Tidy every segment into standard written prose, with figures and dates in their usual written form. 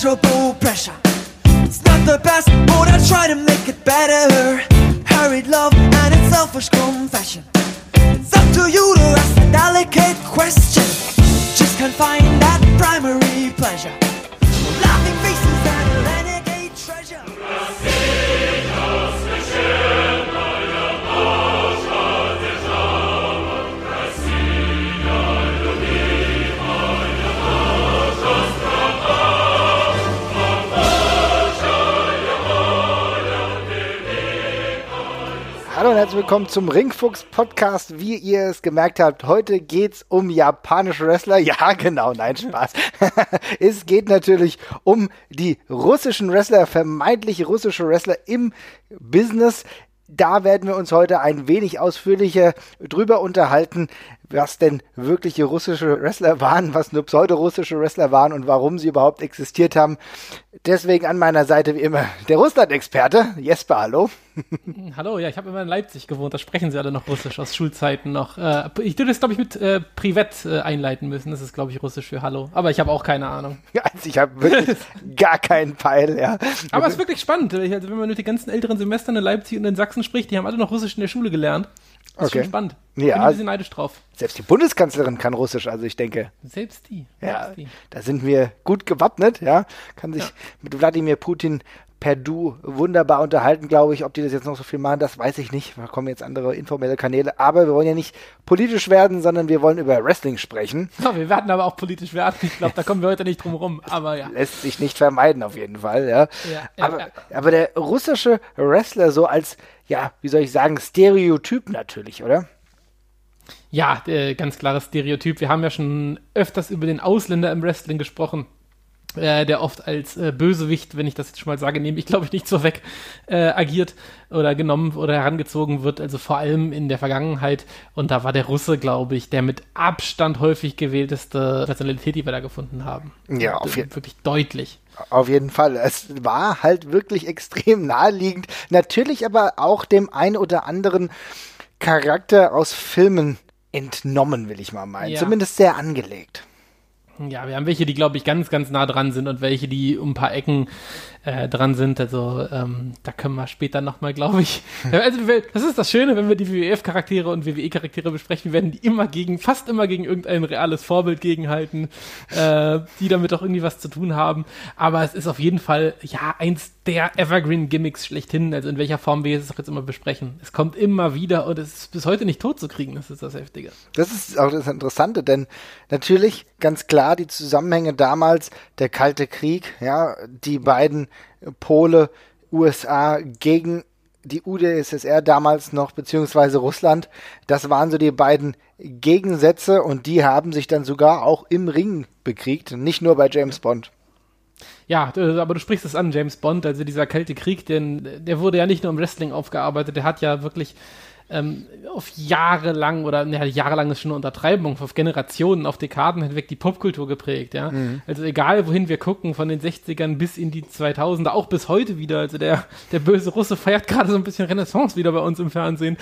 pleasurable pressure. It's not the best, but I try to make it better. Hurried love and its selfish confession. It's up to you to ask a delicate question. Just can't find that primary pleasure. Laughing faces and a renegade treasure. Hallo und herzlich willkommen zum Ringfuchs-Podcast. Wie ihr es gemerkt habt, heute geht's um japanische Wrestler. Ja, genau, nein, Spaß. Es geht natürlich um die russischen Wrestler, vermeintlich russische Wrestler im Business. Da werden wir uns heute ein wenig ausführlicher drüber unterhalten, was denn wirkliche russische Wrestler waren, was nur pseudo-russische Wrestler waren und warum sie überhaupt existiert haben. Deswegen an meiner Seite wie immer der Russland-Experte, Jesper, hallo. Hallo, ja, ich habe immer in Leipzig gewohnt, da sprechen sie alle noch Russisch aus Schulzeiten noch. Ich würde das, glaube ich, mit Privet einleiten müssen, das ist, glaube ich, Russisch für Hallo, aber ich habe auch keine Ahnung. Also ich habe wirklich gar keinen Peil, ja. Aber es ist wirklich spannend, also wenn man mit den ganzen älteren Semestern in Leipzig und in Sachsen spricht, die haben alle noch Russisch in der Schule gelernt. Das ist schon spannend. Ja, bin ein bisschen neidisch drauf. Selbst die Bundeskanzlerin kann Russisch, also ich denke. Selbst die. Da sind wir gut gewappnet, ja. Kann sich mit Wladimir Putin per Du wunderbar unterhalten, glaube ich. Ob die das jetzt noch so viel machen, das weiß ich nicht. Da kommen jetzt andere informelle Kanäle. Aber wir wollen ja nicht politisch werden, sondern wir wollen über Wrestling sprechen. Ja, wir werden aber auch politisch werden. Ich glaube, da kommen wir heute nicht drum rum. Aber ja. Lässt sich nicht vermeiden, auf jeden Fall, ja. Aber der russische Wrestler so als, ja, wie soll ich sagen, Stereotyp natürlich, oder? Ja, ganz klares Stereotyp. Wir haben ja schon öfters über den Ausländer im Wrestling gesprochen. Der oft als Bösewicht, wenn ich das jetzt schon mal sage, nehme ich, glaube ich, nicht so weg, agiert oder genommen oder herangezogen wird, also vor allem in der Vergangenheit. Und da war der Russe, glaube ich, der mit Abstand häufig gewählteste Nationalität, die wir da gefunden haben. Ja, auf jeden Fall. Wirklich deutlich. Auf jeden Fall. Es war halt wirklich extrem naheliegend. Natürlich aber auch dem ein oder anderen Charakter aus Filmen entnommen, will ich mal meinen. Ja. Zumindest sehr angelegt. Ja, wir haben welche, die, glaube ich, ganz, ganz nah dran sind und welche, die um ein paar Ecken dran sind. Also da können wir später nochmal, glaube ich. Also das ist das Schöne, wenn wir die WWF-Charaktere und WWE-Charaktere besprechen, wir werden die fast immer gegen irgendein reales Vorbild gegenhalten, die damit auch irgendwie was zu tun haben. Aber es ist auf jeden Fall, ja, eins der Evergreen-Gimmicks schlechthin, also in welcher Form wir es auch jetzt immer besprechen. Es kommt immer wieder und es ist bis heute nicht tot zu kriegen, das ist das Heftige. Das ist auch das Interessante, denn natürlich ganz klar die Zusammenhänge damals, der Kalte Krieg, ja, die beiden Pole, USA gegen die UdSSR damals noch, beziehungsweise Russland, das waren so die beiden Gegensätze und die haben sich dann sogar auch im Ring bekriegt, nicht nur bei James Bond. Ja, aber du sprichst es an, James Bond, also dieser Kalte Krieg, der wurde ja nicht nur im Wrestling aufgearbeitet, der hat ja wirklich auf jahrelang, oder jahrelang ist schon eine Untertreibung, auf Generationen, auf Dekaden hinweg die Popkultur geprägt, ja. Mhm. Also egal, wohin wir gucken, von den 60ern bis in die 2000er, auch bis heute wieder, also der böse Russe feiert gerade so ein bisschen Renaissance wieder bei uns im Fernsehen.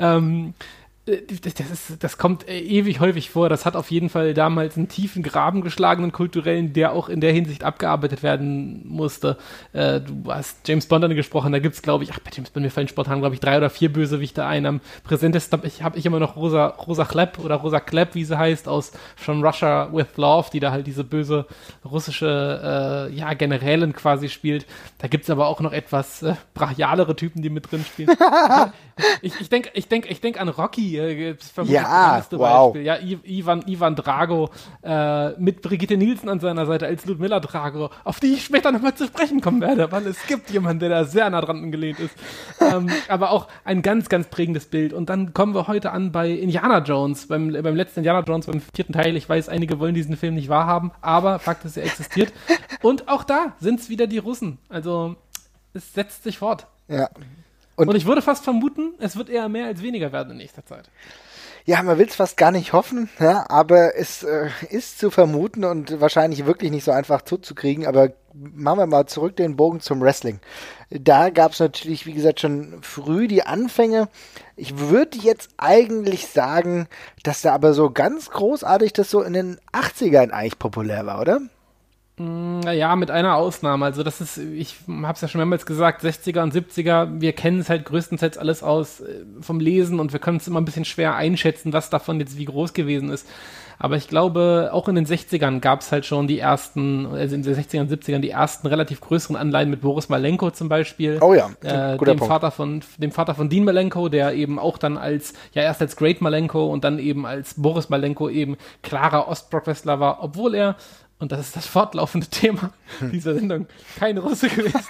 Das kommt ewig häufig vor. Das hat auf jeden Fall damals einen tiefen Graben geschlagen, einen kulturellen, der auch in der Hinsicht abgearbeitet werden musste. Du hast James Bond angesprochen, da gibt's, glaube ich, bei James Bond, mir fallen spontan, glaube ich, 3 oder 4 Bösewichte ein. Am präsentesten habe ich immer noch Rosa Klepp oder Rosa Klepp, wie sie heißt, aus From Russia with Love, die da halt diese böse russische Generälin quasi spielt. Da gibt's aber auch noch etwas brachialere Typen, die mit drin spielen. Ich denk an Rocky. Ja, wow. Beispiel. Ja, Ivan Drago mit Brigitte Nielsen an seiner Seite als Ludmilla Drago, auf die ich später nochmal zu sprechen kommen werde, weil es gibt jemanden, der da sehr nah dran gelehnt ist. Aber auch ein ganz, ganz prägendes Bild. Und dann kommen wir heute an bei Indiana Jones, beim letzten Indiana Jones, beim 4. Teil. Ich weiß, einige wollen diesen Film nicht wahrhaben, aber Fakt ist, er existiert. Und auch da sind es wieder die Russen. Also es setzt sich fort. Ja. Und ich würde fast vermuten, es wird eher mehr als weniger werden in nächster Zeit. Ja, man will es fast gar nicht hoffen, ja, aber es ist zu vermuten und wahrscheinlich wirklich nicht so einfach zuzukriegen. Aber machen wir mal zurück den Bogen zum Wrestling. Da gab es natürlich, wie gesagt, schon früh die Anfänge. Ich würde jetzt eigentlich sagen, dass da aber so ganz großartig das so in den 80ern eigentlich populär war, oder? Naja, mit einer Ausnahme. Also das ist, ich habe es ja schon mehrmals gesagt, 60er und 70er, wir kennen es halt größtenteils alles aus vom Lesen und wir können es immer ein bisschen schwer einschätzen, was davon jetzt wie groß gewesen ist. Aber ich glaube, auch in den 60ern gab es halt schon die ersten, also in den 60ern und 70ern die ersten relativ größeren Anleihen mit Boris Malenko zum Beispiel. Oh ja, guter dem Punkt. Vater von Dean Malenko, der eben auch dann erst als Great Malenko und dann eben als Boris Malenko eben klarer Ostblock-Wrestler war, obwohl er, und das ist das fortlaufende Thema dieser Sendung, kein Russe gewesen.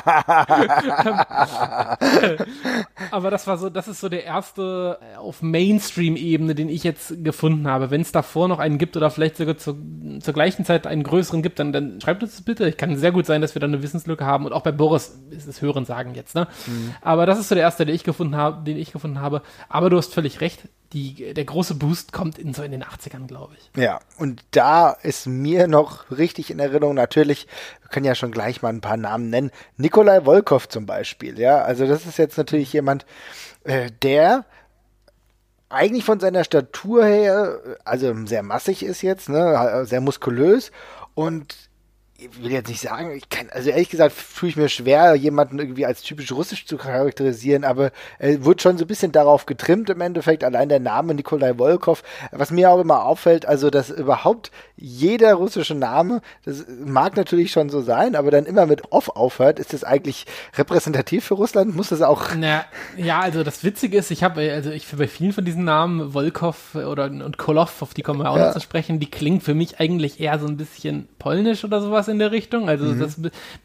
Aber das ist so der erste auf Mainstream-Ebene, den ich jetzt gefunden habe. Wenn es davor noch einen gibt oder vielleicht sogar zur gleichen Zeit einen größeren gibt, dann schreibt uns das bitte. Ich kann sehr gut sein, dass wir da eine Wissenslücke haben. Und auch bei Boris ist es Hören sagen jetzt, ne? Aber das ist so der erste, den ich gefunden habe. Aber du hast völlig recht. Der große Boost kommt in den 80ern, glaube ich. Ja, und da ist mir noch richtig in Erinnerung, natürlich, wir können ja schon gleich mal ein paar Namen nennen, Nikolai Volkov zum Beispiel, ja, also das ist jetzt natürlich jemand, der eigentlich von seiner Statur her, also sehr massig ist jetzt, ne, sehr muskulös und ich will jetzt nicht sagen, also ehrlich gesagt tue ich mir schwer, jemanden irgendwie als typisch russisch zu charakterisieren, aber er wird schon so ein bisschen darauf getrimmt im Endeffekt, allein der Name Nikolai Volkov, was mir auch immer auffällt, also dass überhaupt jeder russische Name, das mag natürlich schon so sein, aber dann immer mit Off aufhört, ist das eigentlich repräsentativ für Russland? Muss das auch? Ja, also das Witzige ist, bei vielen von diesen Namen, Volkov und Koloff, auf die kommen wir auch noch zu sprechen, die klingen für mich eigentlich eher so ein bisschen polnisch oder sowas in der Richtung. Also das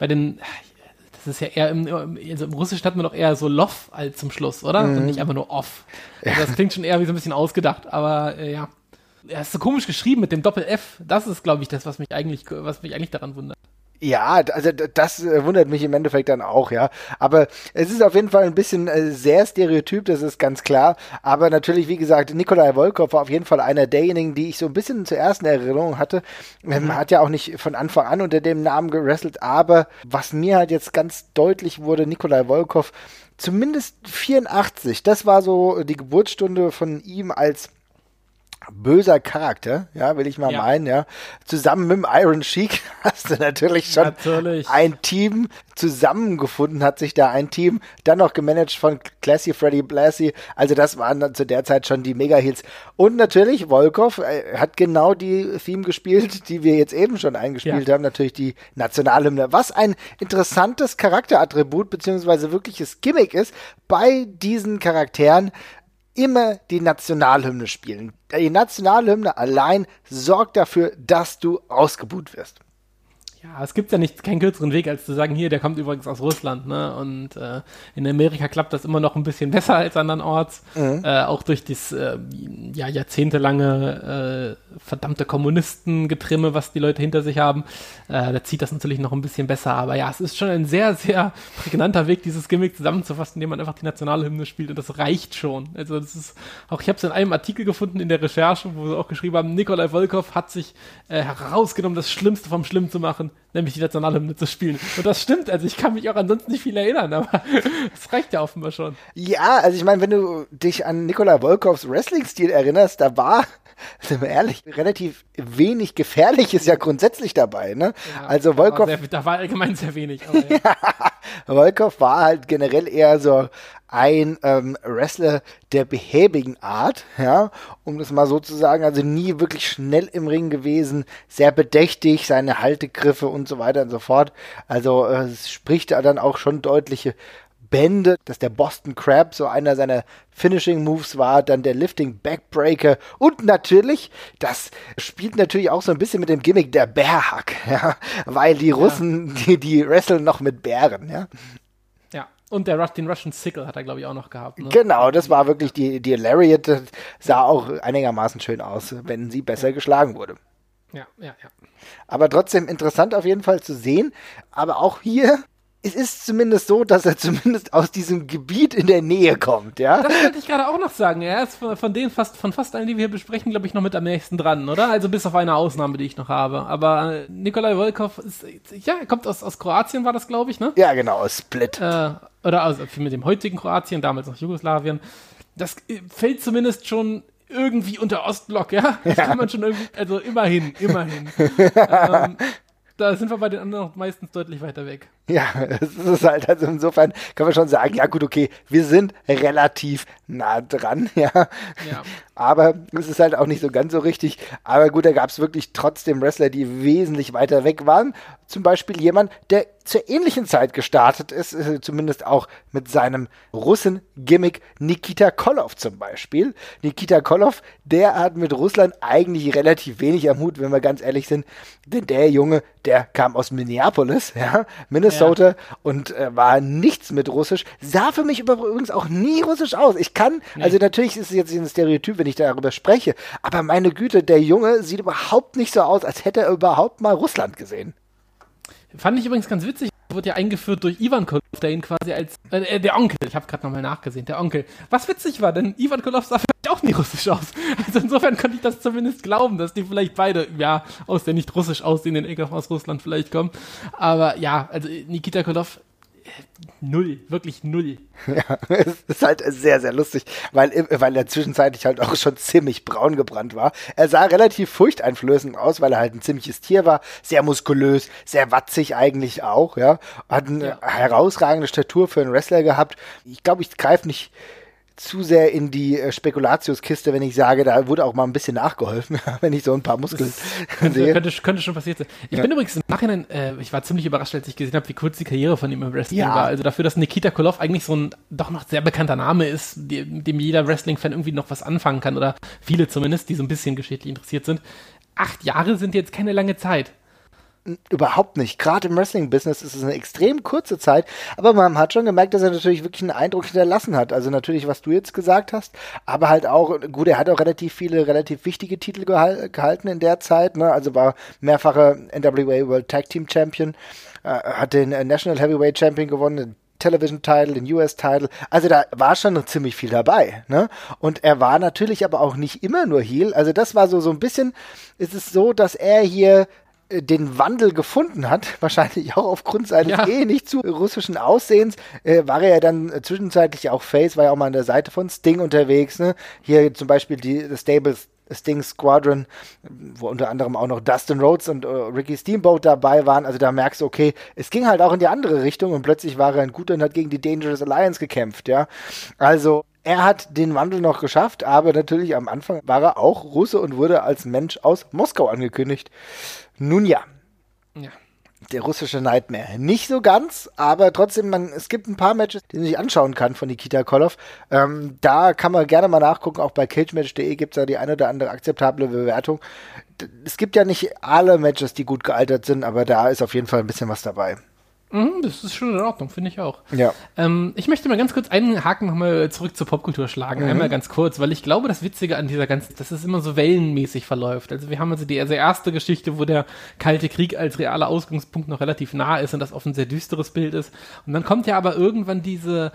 ist ja eher im Russischen hat man doch eher so Lov als zum Schluss, oder? Und nicht einfach nur Off. Also das klingt schon eher wie so ein bisschen ausgedacht, aber ja. Er ist so komisch geschrieben mit dem Doppel-F. Das ist, glaube ich, das, was mich eigentlich daran wundert. Ja, also das wundert mich im Endeffekt dann auch, ja. Aber es ist auf jeden Fall ein bisschen sehr stereotyp, das ist ganz klar. Aber natürlich, wie gesagt, Nikolai Volkov war auf jeden Fall einer derjenigen, die ich so ein bisschen zur ersten Erinnerung hatte. Hat ja auch nicht von Anfang an unter dem Namen gewrestelt, aber was mir halt jetzt ganz deutlich wurde, Nikolai Volkov, zumindest 84, das war so die Geburtsstunde von ihm als böser Charakter, ja, will ich mal meinen, ja. Zusammen mit dem Iron Sheik hast du natürlich schon ein Team zusammengefunden, hat sich da ein Team, dann noch gemanagt von Classy Freddy Blassie, also das waren dann zu der Zeit schon die Mega-Heels. Und natürlich, Volkov hat genau die Theme gespielt, die wir jetzt eben schon eingespielt haben, natürlich die Nationalhymne. Was ein interessantes Charakterattribut, beziehungsweise wirkliches Gimmick ist, bei diesen Charakteren, immer die Nationalhymne spielen. Die Nationalhymne allein sorgt dafür, dass du ausgebuht wirst. Ja, es gibt ja keinen kürzeren Weg, als zu sagen, hier, der kommt übrigens aus Russland, ne? Und in Amerika klappt das immer noch ein bisschen besser als andernorts. Auch durch das jahrzehntelange verdammte Kommunistengetrimme, was die Leute hinter sich haben. Da zieht das natürlich noch ein bisschen besser. Aber ja, es ist schon ein sehr, sehr prägnanter Weg, dieses Gimmick zusammenzufassen, indem man einfach die Nationalhymne spielt. Und das reicht schon. Also das ist auch, ich habe es in einem Artikel gefunden in der Recherche, wo sie auch geschrieben haben, Nikolai Volkov hat sich herausgenommen, das Schlimmste vom Schlimmen zu machen, nämlich die Nationalhymne zu spielen. Und das stimmt, also ich kann mich auch ansonsten nicht viel erinnern, aber das reicht ja offenbar schon. Ja, also ich meine, wenn du dich an Nikolai Volkovs Wrestling-Stil erinnerst, da war, sind wir ehrlich, relativ wenig Gefährliches ja grundsätzlich dabei, ne? Ja, also Volkov... Da war allgemein sehr wenig. Aber ja. Volkov war halt generell eher so ein Wrestler der behäbigen Art, ja, um das mal so zu sagen, also nie wirklich schnell im Ring gewesen, sehr bedächtig, seine Haltegriffe und so weiter und so fort. Also es spricht da dann auch schon deutliche Bände, dass der Boston Crab so einer seiner Finishing Moves war, dann der Lifting Backbreaker und natürlich, das spielt natürlich auch so ein bisschen mit dem Gimmick der Bear Hug, ja, weil die Russen, die wresteln noch mit Bären, ja. Ja, und den Russian Sickle hat er, glaube ich, auch noch gehabt. Ne? Genau, das war wirklich die Lariat, das sah auch einigermaßen schön aus, wenn sie besser geschlagen wurde. Ja. Aber trotzdem interessant auf jeden Fall zu sehen, aber auch hier, es ist zumindest so, dass er zumindest aus diesem Gebiet in der Nähe kommt, ja? Das wollte ich gerade auch noch sagen. Er ist von fast allen, die wir hier besprechen, glaube ich, noch mit am nächsten dran, oder? Also bis auf eine Ausnahme, die ich noch habe. Aber Nikolai Volkov er kommt aus Kroatien, war das, glaube ich, ne? Ja, genau, aus Split. Oder mit dem heutigen Kroatien, damals noch Jugoslawien. Das fällt zumindest schon irgendwie unter Ostblock, ja? Das kann man schon irgendwie, also immerhin. Da sind wir bei den anderen noch meistens deutlich weiter weg. Ja, es ist halt, also insofern kann man schon sagen, ja gut, okay, wir sind relativ nah dran, ja. Aber es ist halt auch nicht so ganz so richtig. Aber gut, da gab es wirklich trotzdem Wrestler, die wesentlich weiter weg waren. Zum Beispiel jemand, der zur ähnlichen Zeit gestartet ist, zumindest auch mit seinem Russen-Gimmick, Nikita Koloff zum Beispiel. Nikita Koloff, der hat mit Russland eigentlich relativ wenig am Hut, wenn wir ganz ehrlich sind, denn der Junge, der kam aus Minneapolis, ja, Minnesota, und war nichts mit Russisch, sah für mich übrigens auch nie russisch aus. Also natürlich ist es jetzt ein Stereotyp, wenn ich darüber spreche, aber meine Güte, der Junge sieht überhaupt nicht so aus, als hätte er überhaupt mal Russland gesehen. Fand ich übrigens ganz witzig, wurde ja eingeführt durch Ivan Koloff, der ihn quasi als, der Onkel, ich habe gerade nochmal nachgesehen, der Onkel. Was witzig war, denn Ivan Koloff sah vielleicht auch nie russisch aus. Also insofern konnte ich das zumindest glauben, dass die vielleicht beide, ja, aus der nicht russisch aussehenden Ecke aus Russland vielleicht kommen. Aber ja, also Nikita Koloff, null, wirklich null. Ja, es ist halt sehr, sehr lustig, weil er zwischenzeitlich halt auch schon ziemlich braun gebrannt war. Er sah relativ furchteinflößend aus, weil er halt ein ziemliches Tier war, sehr muskulös, sehr watzig eigentlich auch, ja. Hat eine herausragende Statur für einen Wrestler gehabt. Ich glaube, ich greife nicht zu sehr in die Spekulatiuskiste, wenn ich sage, da wurde auch mal ein bisschen nachgeholfen, wenn ich so ein paar Muskeln sehe. Könnte schon passiert sein. Ich bin übrigens im Nachhinein, ich war ziemlich überrascht, als ich gesehen habe, wie kurz die Karriere von ihm im Wrestling war. Also dafür, dass Nikita Koloff eigentlich so ein doch noch sehr bekannter Name ist, dem jeder Wrestling-Fan irgendwie noch was anfangen kann, oder viele zumindest, die so ein bisschen geschichtlich interessiert sind. 8 Jahre sind jetzt keine lange Zeit. Überhaupt nicht. Gerade im Wrestling-Business ist es eine extrem kurze Zeit, aber man hat schon gemerkt, dass er natürlich wirklich einen Eindruck hinterlassen hat. Also natürlich, was du jetzt gesagt hast, aber halt auch, gut, er hat auch relativ wichtige Titel gehalten in der Zeit, ne? Also war mehrfacher NWA World Tag Team Champion, hat den National Heavyweight Champion gewonnen, den Television Title, den US Title, also da war schon noch ziemlich viel dabei, ne? Und er war natürlich aber auch nicht immer nur Heel, also das war so ein bisschen, ist es so, dass er hier den Wandel gefunden hat, wahrscheinlich auch aufgrund seines nicht zu russischen Aussehens, war er ja dann zwischenzeitlich auch Face, war ja auch mal an der Seite von Sting unterwegs, ne? Hier zum Beispiel das Stable Sting Squadron, wo unter anderem auch noch Dustin Rhodes und Ricky Steamboat dabei waren, also da merkst du, okay, es ging halt auch in die andere Richtung und plötzlich war er ein Guter und hat gegen die Dangerous Alliance gekämpft, ja, also er hat den Wandel noch geschafft, aber natürlich am Anfang war er auch Russe und wurde als Mensch aus Moskau angekündigt. Nun ja. Der russische Nightmare. Nicht so ganz, aber trotzdem, es gibt ein paar Matches, die man sich anschauen kann von Nikita Koloff. Da kann man gerne mal nachgucken, auch bei cagematch.de gibt es da die eine oder andere akzeptable Bewertung. Es gibt ja nicht alle Matches, die gut gealtert sind, aber da ist auf jeden Fall ein bisschen was dabei. Das ist schon in Ordnung, finde ich auch. Ja. Ich möchte mal ganz kurz einen Haken nochmal zurück zur Popkultur schlagen. Einmal ganz kurz, weil ich glaube, das Witzige an dieser ganzen, dass es immer so wellenmäßig verläuft. Also wir haben also die erste Geschichte, wo der Kalte Krieg als realer Ausgangspunkt noch relativ nah ist und das oft ein sehr düsteres Bild ist. Und dann kommt ja aber irgendwann diese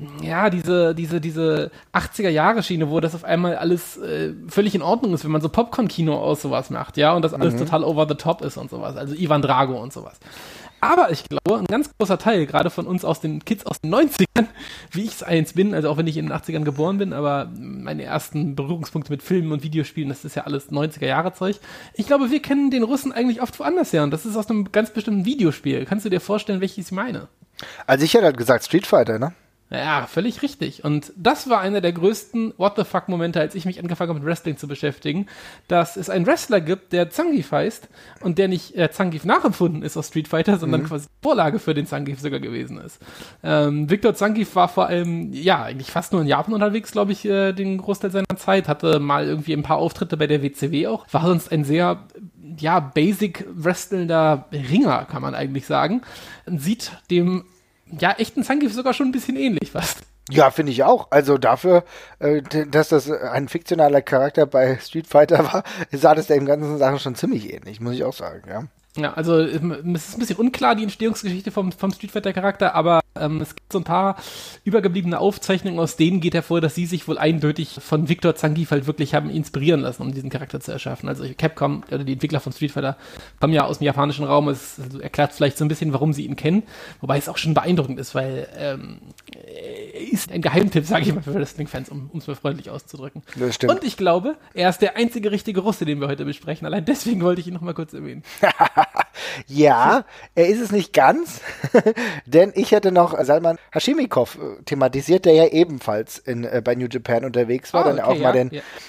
80er-Jahre-Schiene, wo das auf einmal alles völlig in Ordnung ist, wenn man so Popcorn-Kino aus sowas macht, ja, und das alles total over the top ist und sowas. Also Ivan Drago und sowas. Aber ich glaube, ein ganz großer Teil, gerade von uns aus den Kids aus den 90ern, wie ich es eins bin, also auch wenn ich in den 80ern geboren bin, aber meine ersten Berührungspunkte mit Filmen und Videospielen, das ist ja alles 90er-Jahre-Zeug. Ich glaube, wir kennen den Russen eigentlich oft woanders her und das ist aus einem ganz bestimmten Videospiel. Kannst du dir vorstellen, welches ich meine? Also ich hätte halt gesagt Street Fighter, ne? Ja, völlig richtig. Und das war einer der größten What-the-fuck-Momente, als ich mich angefangen habe, mit Wrestling zu beschäftigen, dass es einen Wrestler gibt, der Zangief heißt und der nicht Zangief nachempfunden ist aus Street Fighter, sondern quasi Vorlage für den Zangief sogar gewesen ist. Viktor Zangief war vor allem, eigentlich fast nur in Japan unterwegs, glaube ich, den Großteil seiner Zeit, hatte mal irgendwie ein paar Auftritte bei der WCW auch, war sonst ein sehr basic wrestelnder Ringer, kann man eigentlich sagen. Sieht dem echten Zangief sogar schon ein bisschen ähnlich fast. Ja, finde ich auch. Also dafür, dass das ein fiktionaler Charakter bei Street Fighter war, sah das dem ganzen Sachen schon ziemlich ähnlich, muss ich auch sagen, ja. Ja, also es ist ein bisschen unklar, die Entstehungsgeschichte vom Street Fighter-Charakter, aber es gibt so ein paar übergebliebene Aufzeichnungen, aus denen geht hervor, dass sie sich wohl eindeutig von Viktor Zangief halt wirklich haben inspirieren lassen, um diesen Charakter zu erschaffen. Also Capcom, oder die Entwickler von Street Fighter, kommen ja aus dem japanischen Raum, es erklärt vielleicht so ein bisschen, warum sie ihn kennen, wobei es auch schon beeindruckend ist, weil er ist ein Geheimtipp, sage ich mal, für Wrestling-Fans, um es mal freundlich auszudrücken. Das stimmt. Und ich glaube, er ist der einzige richtige Russe, den wir heute besprechen. Allein deswegen wollte ich ihn noch mal kurz erwähnen. Ja, er ist es nicht ganz, denn ich hätte noch Salman Hashimikov thematisiert, der ja ebenfalls bei New Japan unterwegs war, dann auch mal den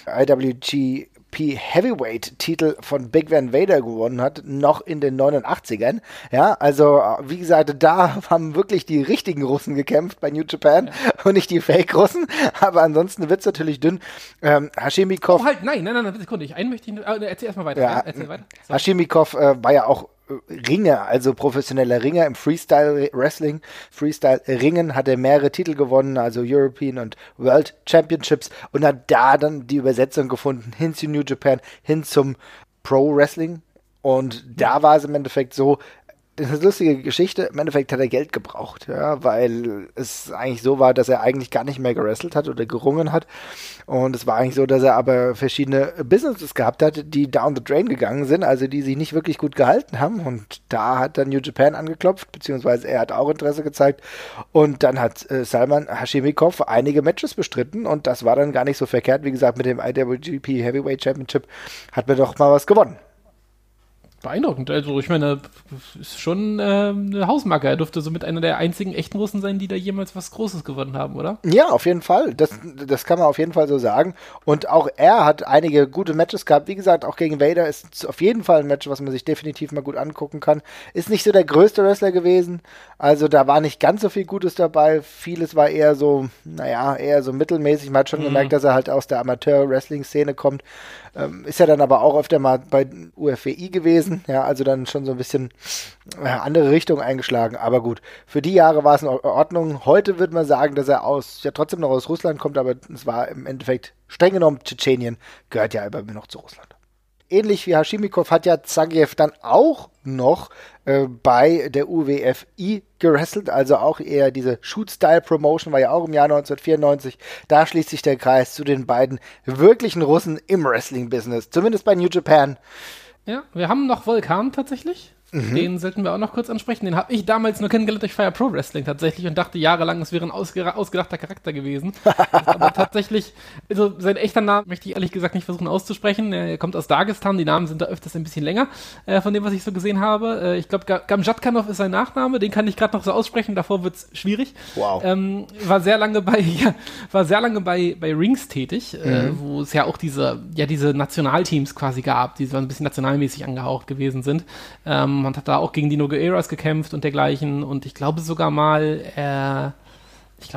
IWGP Heavyweight-Titel von Big Van Vader gewonnen hat, noch in den 89ern. Ja, also wie gesagt, da haben wirklich die richtigen Russen gekämpft bei New Japan und nicht die Fake-Russen, aber ansonsten wird es natürlich dünn. Hashimikov... Oh halt, nein, Sekunde, erzähl erstmal weiter. Ja, erzähl weiter. So. Hashimikov war ja auch Ringer, also professioneller Ringer im Freestyle-Wrestling. Freestyle-Ringen hat er mehrere Titel gewonnen, also European und World Championships, und hat da dann die Übersetzung gefunden hin zu New Japan, hin zum Pro-Wrestling. Und da war es im Endeffekt so, das ist eine lustige Geschichte, im Endeffekt hat er Geld gebraucht, ja, weil es eigentlich so war, dass er eigentlich gar nicht mehr gewrestelt hat oder gerungen hat, und es war eigentlich so, dass er aber verschiedene Businesses gehabt hat, die down the drain gegangen sind, also die sich nicht wirklich gut gehalten haben, und da hat dann New Japan angeklopft, beziehungsweise er hat auch Interesse gezeigt, und dann hat Salman Hashimikov einige Matches bestritten, und das war dann gar nicht so verkehrt, wie gesagt, mit dem IWGP Heavyweight Championship hat man doch mal was gewonnen. Beeindruckend. Also ich meine, ist schon eine Hausmarke. Er dürfte somit einer der einzigen echten Russen sein, die da jemals was Großes gewonnen haben, oder? Ja, auf jeden Fall. Das kann man auf jeden Fall so sagen. Und auch er hat einige gute Matches gehabt. Wie gesagt, auch gegen Vader ist auf jeden Fall ein Match, was man sich definitiv mal gut angucken kann. Ist nicht so der größte Wrestler gewesen. Also da war nicht ganz so viel Gutes dabei. Vieles war eher so, eher so mittelmäßig. Man hat schon gemerkt, dass er halt aus der Amateur-Wrestling-Szene kommt. Ist ja dann aber auch öfter mal bei UFWI gewesen, ja, also dann schon so ein bisschen andere Richtung eingeschlagen, aber gut, für die Jahre war es in Ordnung. Heute würde man sagen, dass er trotzdem noch aus Russland kommt, aber es war im Endeffekt streng genommen Tschetschenien, gehört ja immer noch zu Russland. Ähnlich wie Hashimikov hat ja Zangief dann auch noch bei der UWFI gewrestelt, also auch eher diese Shoot-Style-Promotion, war ja auch im Jahr 1994. Da schließt sich der Kreis zu den beiden wirklichen Russen im Wrestling-Business, zumindest bei New Japan. Ja, wir haben noch Volkan tatsächlich. Den sollten wir auch noch kurz ansprechen. Den habe ich damals nur kennengelernt durch Fire Pro Wrestling tatsächlich und dachte jahrelang, es wäre ein ausgedachter Charakter gewesen. Aber tatsächlich, also sein echter Name möchte ich ehrlich gesagt nicht versuchen auszusprechen. Er kommt aus Dagestan, die Namen sind da öfters ein bisschen länger, von dem, was ich so gesehen habe. Ich glaube, Gamjatkanov ist sein Nachname, den kann ich gerade noch so aussprechen, davor wird es schwierig. Wow. War sehr lange bei Rings tätig, wo es ja auch diese Nationalteams quasi gab, die so ein bisschen nationalmäßig angehaucht gewesen sind. Und hat da auch gegen die Nogueiras gekämpft und dergleichen. Und ich glaube sogar mal, ich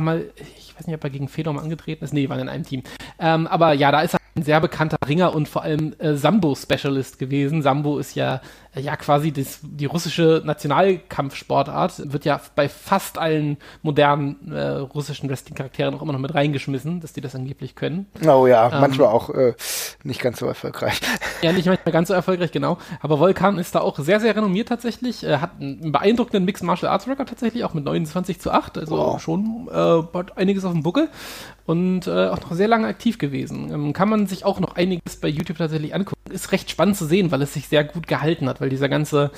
weiß nicht, ob er gegen Fedor mal angetreten ist. Nee, die waren in einem Team. Aber ja, da ist er ein sehr bekannter Ringer und vor allem Sambo-Specialist gewesen. Sambo ist ja quasi die russische Nationalkampfsportart. Wird ja bei fast allen modernen russischen Wrestling-Charakteren auch immer noch mit reingeschmissen, dass die das angeblich können. Oh ja, manchmal auch nicht ganz so erfolgreich. Ja, nicht manchmal ganz so erfolgreich, genau. Aber Volkan ist da auch sehr, sehr renommiert tatsächlich. Hat einen beeindruckenden Mixed Martial Arts Record tatsächlich, auch mit 29:8. Also schon hat einiges auf dem Buckel. Und auch noch sehr lange aktiv gewesen. Kann man sich auch noch einiges bei YouTube tatsächlich angucken. Ist recht spannend zu sehen, weil es sich sehr gut gehalten hat, weil dieser ganze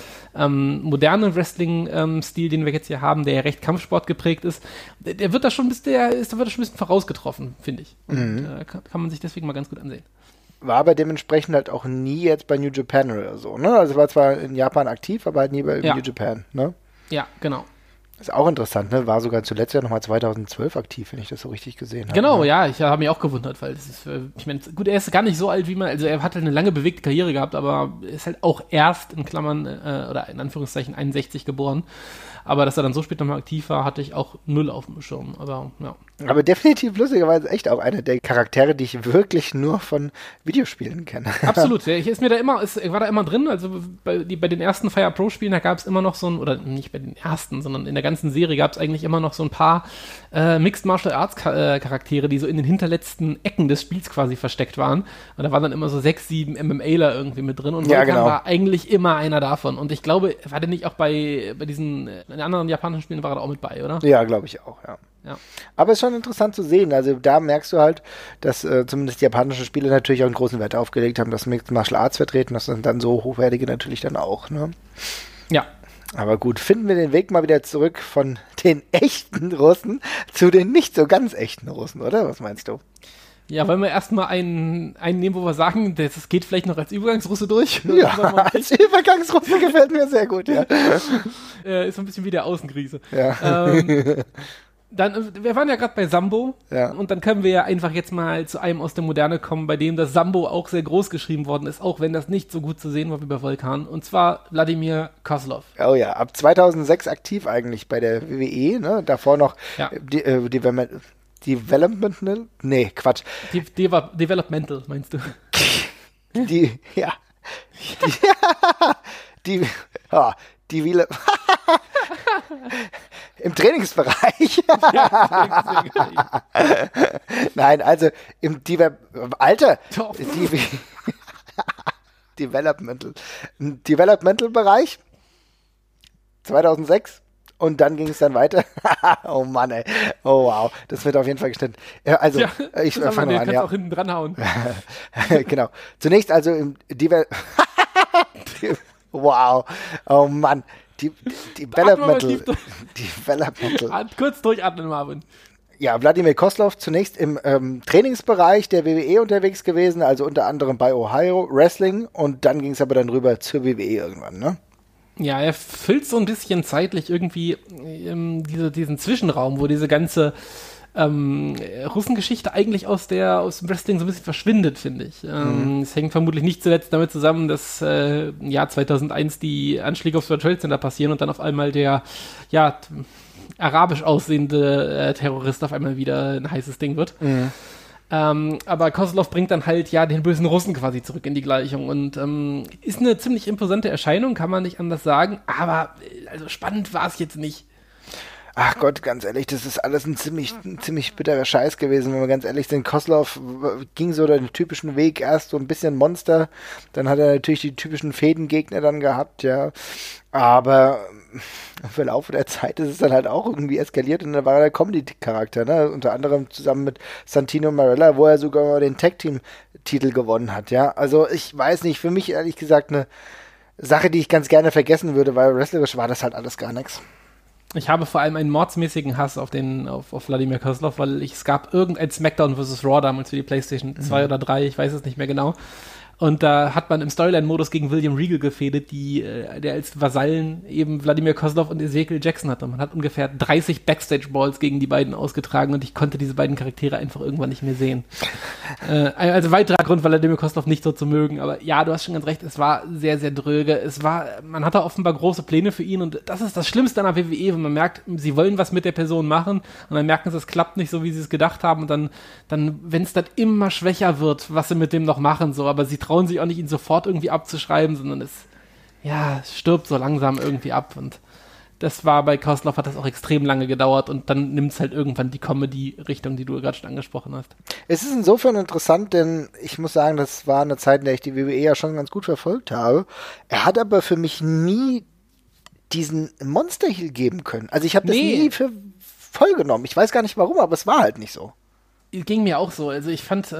moderne Wrestling-Stil, den wir jetzt hier haben, der ja recht Kampfsport geprägt ist, der wird da schon ein bisschen vorausgetroffen, finde ich. Und kann man sich deswegen mal ganz gut ansehen. War aber dementsprechend halt auch nie jetzt bei New Japan oder so, ne? Also war zwar in Japan aktiv, aber halt nie bei New Japan, ne? Ja, genau. Ist auch interessant, ne? War sogar zuletzt ja nochmal 2012 aktiv, wenn ich das so richtig gesehen habe. Genau, ne? ja, ich habe mich auch gewundert, weil das ist, ich meine, gut, er ist gar nicht so alt wie man, also er hat halt eine lange bewegte Karriere gehabt, aber ist halt auch erst in Klammern oder in Anführungszeichen 61 geboren. Aber dass er dann so spät nochmal aktiv war, hatte ich auch null auf dem Schirm. Aber ja. Aber definitiv lustigerweise echt auch einer der Charaktere, die ich wirklich nur von Videospielen kenne. Absolut, ich war da immer drin. Also bei den ersten Fire Pro Spielen, da gab es immer noch so ein, oder nicht bei den ersten, sondern in der ganzen Serie gab es eigentlich immer noch so ein paar Mixed Martial Arts Charaktere, die so in den hinterletzten Ecken des Spiels quasi versteckt waren. Und da waren dann immer so 6, 7 MMAler irgendwie mit drin. Und Volkan war eigentlich immer einer davon. Und ich glaube, war der nicht auch bei diesen in anderen japanischen Spielen war er auch mit bei, oder? Ja, glaube ich auch, ja. Aber es ist schon interessant zu sehen. Also da merkst du halt, dass zumindest die japanischen Spiele natürlich auch einen großen Wert aufgelegt haben, dass Mixed Martial Arts vertreten, das sind dann so hochwertige natürlich dann auch, ne? Ja. Aber gut, finden wir den Weg mal wieder zurück von den echten Russen zu den nicht so ganz echten Russen, oder? Was meinst du? Ja, wollen wir erstmal einen nehmen, wo wir sagen, das geht vielleicht noch als Übergangsrusse durch? Ja, als Übergangsrusse gefällt mir sehr gut, ja. Ist so ein bisschen wie der Außengriese. Ja. Wir waren ja gerade bei Sambo, ja. Und dann können wir ja einfach jetzt mal zu einem aus der Moderne kommen, bei dem das Sambo auch sehr groß geschrieben worden ist, auch wenn das nicht so gut zu sehen war wie bei Vulkan, und zwar Wladimir Kozlov. Oh ja, ab 2006 aktiv eigentlich bei der WWE, ne? Davor noch Developmental? Nee, Quatsch. Developmental, meinst du? Im Trainingsbereich. Nein, also im Developmental-Bereich 2006. Und dann ging es dann weiter. Oh Mann, ey. Oh wow. Das wird auf jeden Fall geschnitten. Also, ich fange mal an. Ja. Auch hinten dran hauen. Genau. Zunächst also im Wow. Oh Mann. Developmental. Kurz durchatmen, Marvin. Ja, Wladimir Kozlov zunächst im Trainingsbereich der WWE unterwegs gewesen, also unter anderem bei Ohio Wrestling, und dann ging es aber dann rüber zur WWE irgendwann, ne? Ja, er füllt so ein bisschen zeitlich irgendwie diesen Zwischenraum, wo diese ganze Russengeschichte eigentlich aus dem Wrestling so ein bisschen verschwindet, finde ich. Es hängt vermutlich nicht zuletzt damit zusammen, dass im Jahr 2001 die Anschläge aufs World Trade Center passieren und dann auf einmal der, arabisch aussehende Terrorist auf einmal wieder ein heißes Ding wird. Aber Kozlov bringt dann halt den bösen Russen quasi zurück in die Gleichung und ist eine ziemlich imposante Erscheinung, kann man nicht anders sagen, aber also spannend war es jetzt nicht. Ach Gott, ganz ehrlich, das ist alles ein ziemlich bitterer Scheiß gewesen, wenn wir ganz ehrlich sind. Kozlov ging so den typischen Weg, erst so ein bisschen Monster, dann hat er natürlich die typischen Fädengegner dann gehabt, ja. Aber im Verlauf der Zeit ist es dann halt auch irgendwie eskaliert und dann war er der Comedy-Charakter, ne? Unter anderem zusammen mit Santino Marella, wo er sogar mal den Tag-Team-Titel gewonnen hat, ja. Also ich weiß nicht, für mich ehrlich gesagt eine Sache, die ich ganz gerne vergessen würde, weil wrestlerisch war das halt alles gar nichts. Ich habe vor allem einen mordsmäßigen Hass auf Wladimir Kozlov, weil es gab irgendein SmackDown vs. Raw damals für die PlayStation 2 oder 3, ich weiß es nicht mehr genau. Und da hat man im Storyline-Modus gegen William Regal gefädet, der als Vasallen eben Wladimir Kozlov und Ezekiel Jackson hatte. Man hat ungefähr 30 Backstage-Balls gegen die beiden ausgetragen und ich konnte diese beiden Charaktere einfach irgendwann nicht mehr sehen. Also weiterer Grund, Wladimir Kozlov nicht so zu mögen. Aber ja, du hast schon ganz recht, es war sehr, sehr dröge. Man hatte offenbar große Pläne für ihn und das ist das Schlimmste an der WWE, wenn man merkt, sie wollen was mit der Person machen und dann merken sie, es klappt nicht so, wie sie es gedacht haben und dann wenn es dann immer schwächer wird, was sie mit dem noch machen, so, aber sie trauen sich auch nicht, ihn sofort irgendwie abzuschreiben, sondern es stirbt so langsam irgendwie ab und das war bei Kozlov, hat das auch extrem lange gedauert und dann nimmt es halt irgendwann die Comedy-Richtung, die du gerade schon angesprochen hast. Es ist insofern interessant, denn ich muss sagen, das war eine Zeit, in der ich die WWE ja schon ganz gut verfolgt habe. Er hat aber für mich nie diesen Monster-Heel geben können. Also ich habe das nie für voll genommen. Ich weiß gar nicht warum, aber es war halt nicht so. Ging mir auch so. Also ich fand,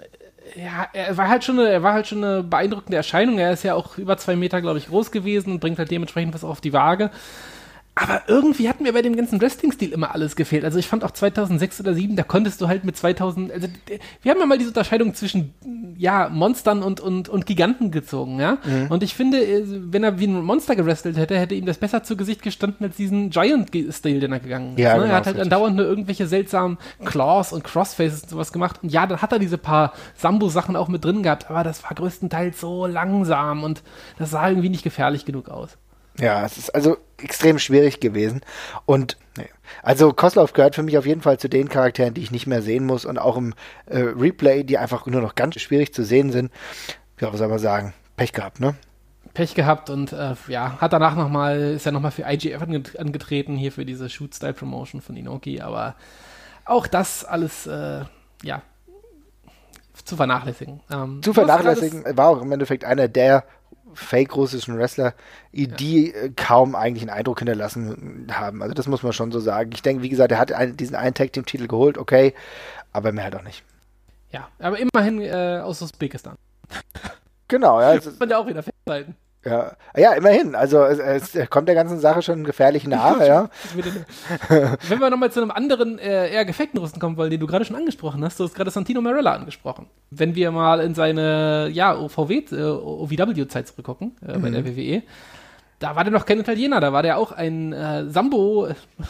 er war halt schon eine beeindruckende Erscheinung. Er ist ja auch über 2 Meter, glaube ich, groß gewesen und bringt halt dementsprechend was auf die Waage. Aber irgendwie hat mir bei dem ganzen Wrestling-Stil immer alles gefehlt. Also ich fand auch 2006 oder 2007, da konntest du halt mit 2000, also wir haben ja mal diese Unterscheidung zwischen, Monstern und Giganten gezogen, ja. Mhm. Und ich finde, wenn er wie ein Monster gewrestelt hätte ihm das besser zu Gesicht gestanden als diesen Giant-Stil, den er gegangen ist. Ja, ne? Genau, er hat halt andauernd nur irgendwelche seltsamen Claws und Crossfaces und sowas gemacht. Und ja, dann hat er diese paar Sambo-Sachen auch mit drin gehabt, aber das war größtenteils so langsam und das sah irgendwie nicht gefährlich genug aus. Ja, es ist also extrem schwierig gewesen und also Kozlov gehört für mich auf jeden Fall zu den Charakteren, die ich nicht mehr sehen muss und auch im Replay, die einfach nur noch ganz schwierig zu sehen sind. Ja, was soll man sagen? Pech gehabt, ne? Pech gehabt und hat danach ist ja nochmal für IGF angetreten, hier für diese Shoot-Style-Promotion von Inoki, aber auch das alles, zu vernachlässigen. War auch im Endeffekt einer der fake-russischen Wrestler, die kaum eigentlich einen Eindruck hinterlassen haben. Also das muss man schon so sagen. Ich denke, wie gesagt, er hat diesen einen Tag-Team-Titel geholt, okay, aber mehr halt auch nicht. Ja, aber immerhin aus Usbekistan. Genau, ja. Das kann man ja auch wieder festhalten. Ja, immerhin. Also es kommt der ganzen Sache schon gefährlich nahe, ja. Wenn wir nochmal zu einem anderen, eher gefakten Russen kommen wollen, den du gerade schon angesprochen hast, du hast gerade Santino Marella angesprochen. Wenn wir mal in seine, OVW-Zeit zurückgucken, bei der WWE, da war der noch kein Italiener, da war der auch ein Sambo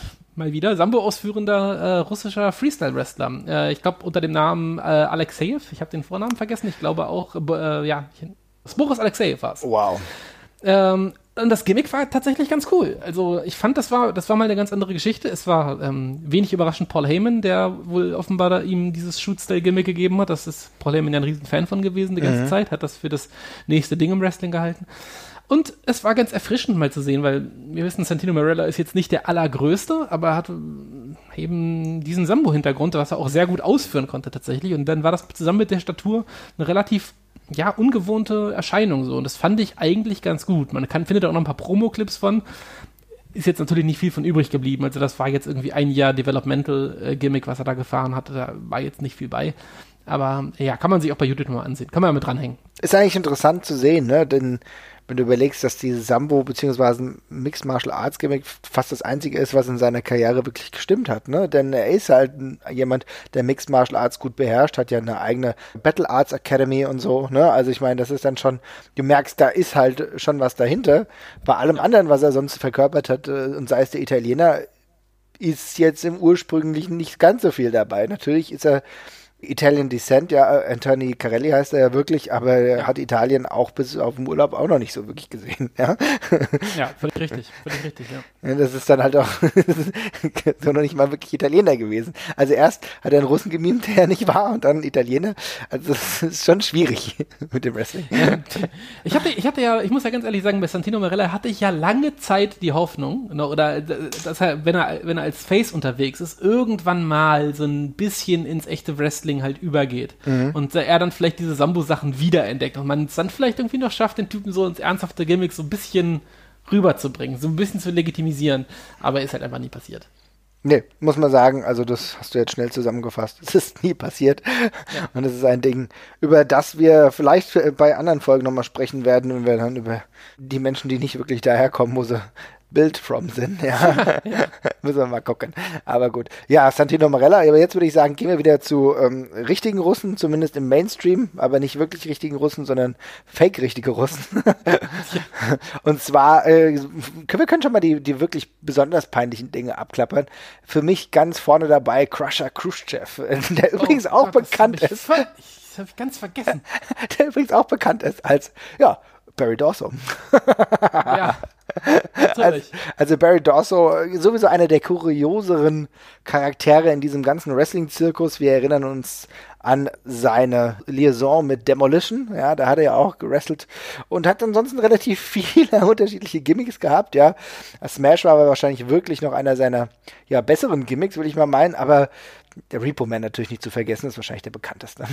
ausführender russischer Freestyle-Wrestler. Ich glaube unter dem Namen Alexejew, ich habe den Vornamen vergessen, ich glaube auch, Boris Alexejew war es. Wow. Und das Gimmick war tatsächlich ganz cool. Also ich fand, das war mal eine ganz andere Geschichte. Es war wenig überraschend Paul Heyman, der wohl offenbar da ihm dieses Shoot-Style-Gimmick gegeben hat. Das ist Paul Heyman ja ein riesen Fan von gewesen die ganze Zeit, hat das für das nächste Ding im Wrestling gehalten. Und es war ganz erfrischend mal zu sehen, weil wir wissen, Santino Marella ist jetzt nicht der allergrößte, aber er hat eben diesen Sambo-Hintergrund, was er auch sehr gut ausführen konnte tatsächlich. Und dann war das zusammen mit der Statur eine relativ ungewohnte Erscheinung so. Und das fand ich eigentlich ganz gut. Man findet da auch noch ein paar Promo-Clips von. Ist jetzt natürlich nicht viel von übrig geblieben. Also das war jetzt irgendwie ein Jahr Developmental-Gimmick, was er da gefahren hatte. Da war jetzt nicht viel bei. Aber ja, kann man sich auch bei YouTube mal ansehen. Kann man ja mit dranhängen. Ist eigentlich interessant zu sehen, ne? Denn wenn du überlegst, dass dieses Sambo bzw. Mixed Martial Arts Gimmick fast das einzige ist, was in seiner Karriere wirklich gestimmt hat, ne? Denn er ist halt jemand, der Mixed Martial Arts gut beherrscht, hat ja eine eigene Battle Arts Academy und so, ne? Also ich meine, das ist dann schon, du merkst, da ist halt schon was dahinter. Bei allem anderen, was er sonst verkörpert hat, und sei es der Italiener, ist jetzt im Ursprünglichen nicht ganz so viel dabei. Natürlich ist er Italian Descent, ja, Anthony Carelli heißt er ja wirklich, aber er hat Italien auch bis auf den Urlaub auch noch nicht so wirklich gesehen, ja. Ja, völlig richtig, ja. Das ist dann halt auch so noch nicht mal wirklich Italiener gewesen. Also erst hat er einen Russen gemimt, der nicht war, und dann einen Italiener. Also das ist schon schwierig mit dem Wrestling. Ich muss ja ganz ehrlich sagen, bei Santino Marella hatte ich ja lange Zeit die Hoffnung, oder dass er, wenn er als Face unterwegs ist, irgendwann mal so ein bisschen ins echte Wrestling halt übergeht. Und er dann vielleicht diese Sambo-Sachen wiederentdeckt und man es dann vielleicht irgendwie noch schafft, den Typen so ins ernsthafte Gimmick so ein bisschen rüberzubringen, so ein bisschen zu legitimisieren. Aber ist halt einfach nie passiert. Nee, muss man sagen, also das hast du jetzt schnell zusammengefasst. Es ist nie passiert. Ja. Und es ist ein Ding, über das wir vielleicht bei anderen Folgen nochmal sprechen werden, wenn wir dann über die Menschen, die nicht wirklich daherkommen, wo sie Build from sind, ja. Müssen wir mal gucken. Aber gut. Ja, Santino Marella, aber jetzt würde ich sagen, gehen wir wieder zu richtigen Russen, zumindest im Mainstream, aber nicht wirklich richtigen Russen, sondern fake-richtige Russen. Und zwar, wir können schon mal die wirklich besonders peinlichen Dinge abklappern. Für mich ganz vorne dabei Crusher Khrushchev, der übrigens auch bekannt ist. Das habe ich ganz vergessen. Der übrigens auch bekannt ist als, Barry Dorso. Ja. Also Barry Dorso, sowieso einer der kurioseren Charaktere in diesem ganzen Wrestling-Zirkus. Wir erinnern uns an seine Liaison mit Demolition, ja, da hat er ja auch gewrestelt und hat ansonsten relativ viele unterschiedliche Gimmicks gehabt, ja. Smash war aber wahrscheinlich wirklich noch einer seiner, besseren Gimmicks, würde ich mal meinen, aber der Repo Man natürlich nicht zu vergessen, ist wahrscheinlich der bekannteste.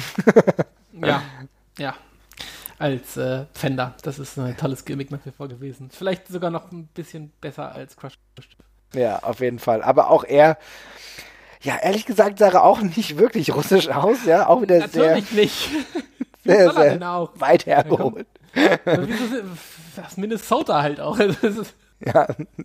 Ja. Als Fender. Das ist ein tolles Gimmick nach wie vor gewesen. Vielleicht sogar noch ein bisschen besser als Crush. Ja, auf jeden Fall. Aber auch er, ehrlich gesagt, sah er auch nicht wirklich russisch aus, ja. Auch wieder natürlich nicht. sehr weit hergeholt. Das Minnesota halt auch. Ja.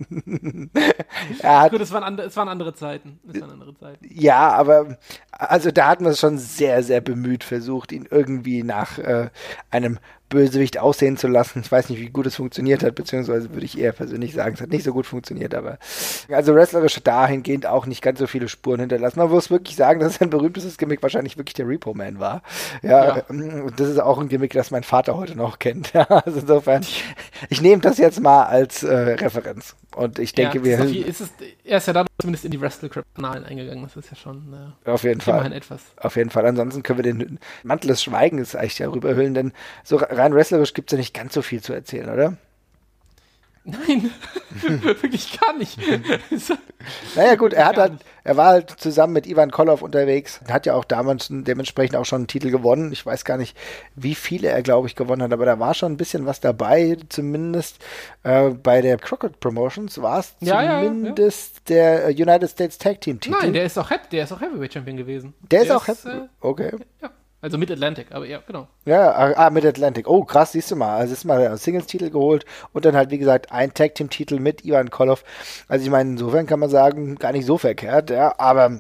Gut, es waren andere Zeiten. Ja, aber also da hat man es schon sehr, sehr bemüht versucht, ihn irgendwie nach einem Bösewicht aussehen zu lassen. Ich weiß nicht, wie gut es funktioniert hat, beziehungsweise würde ich eher persönlich sagen, es hat nicht so gut funktioniert, aber also wrestlerisch dahingehend auch nicht ganz so viele Spuren hinterlassen. Man muss wirklich sagen, dass sein berühmtestes Gimmick wahrscheinlich wirklich der Repo Man war. Ja. Das ist auch ein Gimmick, das mein Vater heute noch kennt. Ja, also insofern, ich nehme das jetzt mal als Referenz. Und ich denke, er ist ja dadurch zumindest in die Wrestle-Kanalen eingegangen. Das ist ja schon auf jeden Fall. Immerhin etwas. Auf jeden Fall. Ansonsten können wir den Mantel des Schweigens eigentlich darüber hüllen, denn so rein wrestlerisch gibt es ja nicht ganz so viel zu erzählen, oder? Nein, wirklich gar nicht. Naja gut, er war halt zusammen mit Ivan Koloff unterwegs, hat ja auch damals dementsprechend auch schon einen Titel gewonnen. Ich weiß gar nicht, wie viele er, glaube ich, gewonnen hat, aber da war schon ein bisschen was dabei, zumindest bei der Crockett Promotions war es zumindest der United States Tag Team Titel. Nein, der ist auch Heavyweight Champion gewesen. Der ist auch Heavyweight? Okay. Ja. Also Mid-Atlantic, aber ja, genau. Ja, Mid-Atlantic. Oh, krass, siehst du mal. Also ist mal ein Singles-Titel geholt und dann halt, wie gesagt, ein Tag-Team-Titel mit Ivan Koloff. Also ich meine, insofern kann man sagen, gar nicht so verkehrt, ja, aber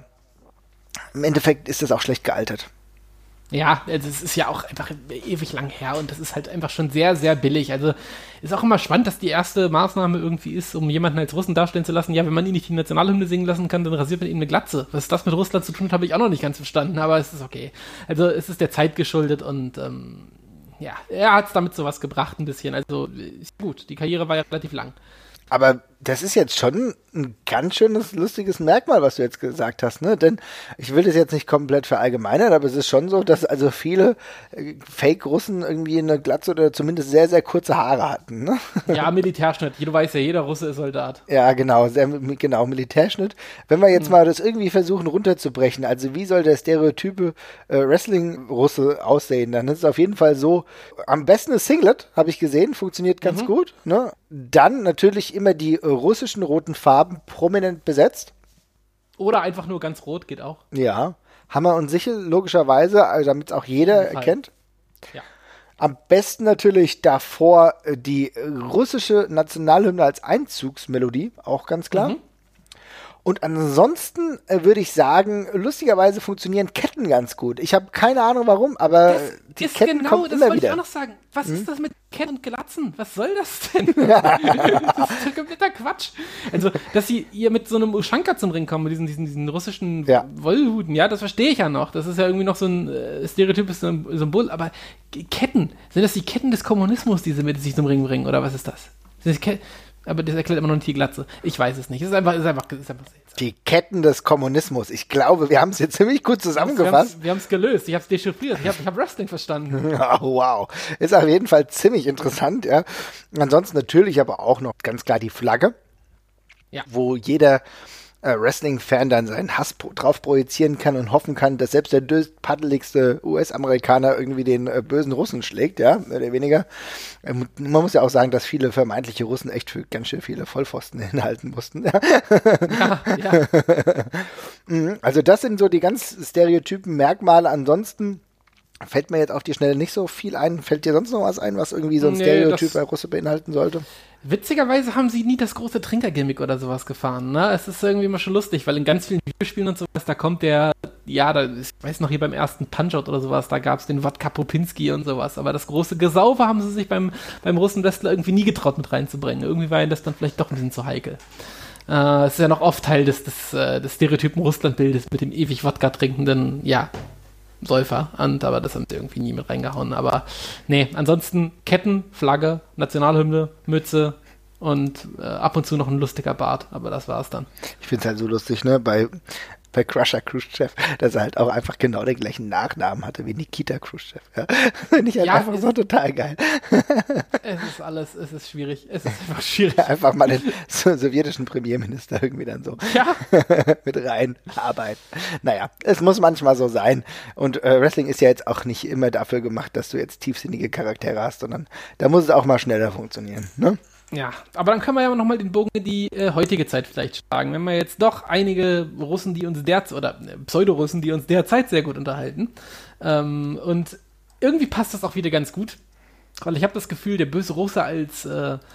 im Endeffekt ist das auch schlecht gealtert. Ja, also es ist ja auch einfach ewig lang her und das ist halt einfach schon sehr, sehr billig. Also ist auch immer spannend, dass die erste Maßnahme irgendwie ist, um jemanden als Russen darstellen zu lassen. Ja, wenn man ihn nicht die Nationalhymne singen lassen kann, dann rasiert man ihm eine Glatze. Was das mit Russland zu tun hat, habe ich auch noch nicht ganz verstanden, aber es ist okay. Also es ist der Zeit geschuldet und ja, er hat es damit sowas gebracht ein bisschen. Also ist gut, die Karriere war ja relativ lang. Aber das ist jetzt schon ein ganz schönes, lustiges Merkmal, was du jetzt gesagt hast, ne? Denn ich will das jetzt nicht komplett verallgemeinern, aber es ist schon so, dass also viele Fake-Russen irgendwie eine Glatze oder zumindest sehr, sehr kurze Haare hatten, ne? Ja, Militärschnitt. Du weißt ja, jeder Russe ist Soldat. Ja, genau, genau, Militärschnitt. Wenn wir jetzt mal das irgendwie versuchen runterzubrechen, also wie soll der stereotype Wrestling-Russe aussehen, dann ist es auf jeden Fall so, am besten ist Singlet, habe ich gesehen, funktioniert ganz gut, ne? Dann natürlich immer die russischen roten Farben prominent besetzt. Oder einfach nur ganz rot, geht auch. Ja. Hammer und Sichel, logischerweise, also damit es auch jeder erkennt. Ja. Am besten natürlich davor die russische Nationalhymne als Einzugsmelodie, auch ganz klar. Und ansonsten würde ich sagen, lustigerweise funktionieren Ketten ganz gut. Ich habe keine Ahnung warum, aber die Ketten kommen immer wieder. Das wollte ich auch noch sagen. Was ist das mit Ketten und Glatzen? Was soll das denn? Das ist kompletter Quatsch. Also, dass sie hier mit so einem Ushanka zum Ring kommen, mit diesen russischen Wollhuten, ja, das verstehe ich ja noch. Das ist ja irgendwie noch so ein stereotypes Symbol. Aber Ketten, sind das die Ketten des Kommunismus, die sie mit sich zum Ring bringen? Oder was ist das? Aber das erklärt immer noch nicht die Glatze. Ich weiß es nicht. Es ist einfach seltsam. Die Ketten des Kommunismus. Ich glaube, wir haben es jetzt ziemlich gut zusammengefasst. Wir haben es gelöst. Ich habe es dechiffriert. Ich hab Wrestling verstanden. Oh, wow. Ist auf jeden Fall ziemlich interessant, ja. Ansonsten natürlich aber auch noch ganz klar die Flagge. Ja. Wo jeder Wrestling-Fan dann seinen Hass drauf projizieren kann und hoffen kann, dass selbst der paddeligste US-Amerikaner irgendwie den bösen Russen schlägt, ja, mehr oder weniger. Man muss ja auch sagen, dass viele vermeintliche Russen echt für ganz schön viele Vollpfosten hinhalten mussten. Ja. Also das sind so die ganz stereotypen Merkmale. Ansonsten fällt mir jetzt auf die Schnelle nicht so viel ein. Fällt dir sonst noch was ein, was irgendwie so ein Stereotyp bei Russe beinhalten sollte? Witzigerweise haben sie nie das große Trinkergimmick oder sowas gefahren, ne? Es ist irgendwie immer schon lustig, weil in ganz vielen Videospielen und sowas, da kommt ich weiß noch hier beim ersten Punch-Out oder sowas, da gab es den Wodka Popinski und sowas, aber das große Gesaufe haben sie sich beim Russen-Wrestler irgendwie nie getraut mit reinzubringen. Irgendwie war ihnen das dann vielleicht doch ein bisschen zu heikel. Es ist ja noch oft Teil des Stereotypen Russland-Bildes mit dem ewig Wodka trinkenden, Säufer, aber das haben sie irgendwie nie mit reingehauen. Aber nee, ansonsten Ketten, Flagge, Nationalhymne, Mütze und ab und zu noch ein lustiger Bart, aber das war's dann. Ich find's halt so lustig, ne, bei Crusher Khrushchev, dass er halt auch einfach genau den gleichen Nachnamen hatte wie Nikita Khrushchev. Ja. Finde ich halt einfach so total geil. Es ist schwierig. Es ist einfach schwierig. Einfach mal den sowjetischen Premierminister irgendwie dann so mit reinarbeiten. Naja, es muss manchmal so sein. Und Wrestling ist ja jetzt auch nicht immer dafür gemacht, dass du jetzt tiefsinnige Charaktere hast, sondern da muss es auch mal schneller funktionieren, ne? Ja, aber dann können wir ja nochmal den Bogen in die heutige Zeit vielleicht schlagen. Wenn wir jetzt doch einige Russen, die uns Pseudorussen, die uns derzeit sehr gut unterhalten. Und irgendwie passt das auch wieder ganz gut. Weil ich habe das Gefühl, der böse Russe als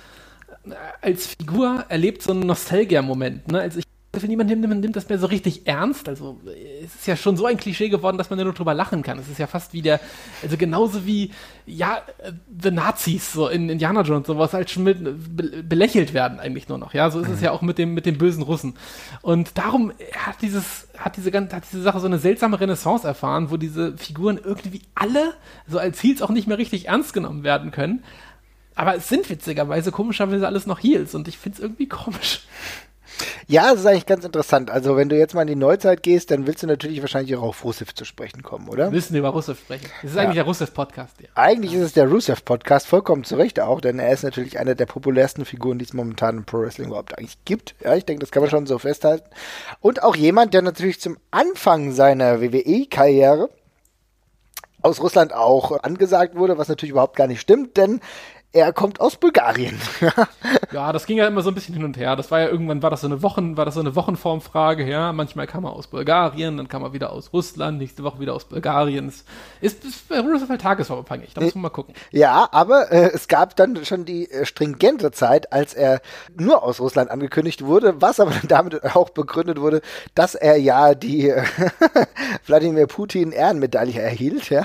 Figur erlebt so einen Nostalgia-Moment. Ne? Also niemand nimmt das mehr so richtig ernst. Also es ist ja schon so ein Klischee geworden, dass man ja nur drüber lachen kann. Es ist ja fast wie also genauso wie, The Nazis, so in Indiana Jones, sowas halt schon belächelt werden eigentlich nur noch. Ja, so ist es ja auch mit dem bösen Russen. Und darum hat diese Sache so eine seltsame Renaissance erfahren, wo diese Figuren irgendwie alle so als Heels auch nicht mehr richtig ernst genommen werden können. Aber es sind witzigerweise komischerweise alles noch Heels und ich finde es irgendwie komisch. Ja, das ist eigentlich ganz interessant. Also wenn du jetzt mal in die Neuzeit gehst, dann willst du natürlich wahrscheinlich auch auf Rusev zu sprechen kommen, oder? Wir müssen über Rusev sprechen. Das ist eigentlich der Rusev-Podcast. Ja. Eigentlich ist es der Rusev-Podcast, vollkommen zu Recht auch, denn er ist natürlich eine der populärsten Figuren, die es momentan im Pro-Wrestling überhaupt eigentlich gibt. Ja, ich denke, das kann man schon so festhalten. Und auch jemand, der natürlich zum Anfang seiner WWE-Karriere aus Russland auch angesagt wurde, was natürlich überhaupt gar nicht stimmt, denn er kommt aus Bulgarien. Ja, das ging ja immer so ein bisschen hin und her. Das war ja irgendwann, war das so eine Wochenformfrage, ja. Manchmal kam er aus Bulgarien, dann kam er wieder aus Russland, nächste Woche wieder aus Bulgarien. Ist bei Rusev halt tagesformabhängig, da muss man mal gucken. Ja, aber es gab dann schon die stringente Zeit, als er nur aus Russland angekündigt wurde, was aber damit auch begründet wurde, dass er ja die Wladimir Putin Ehrenmedaille erhielt, ja.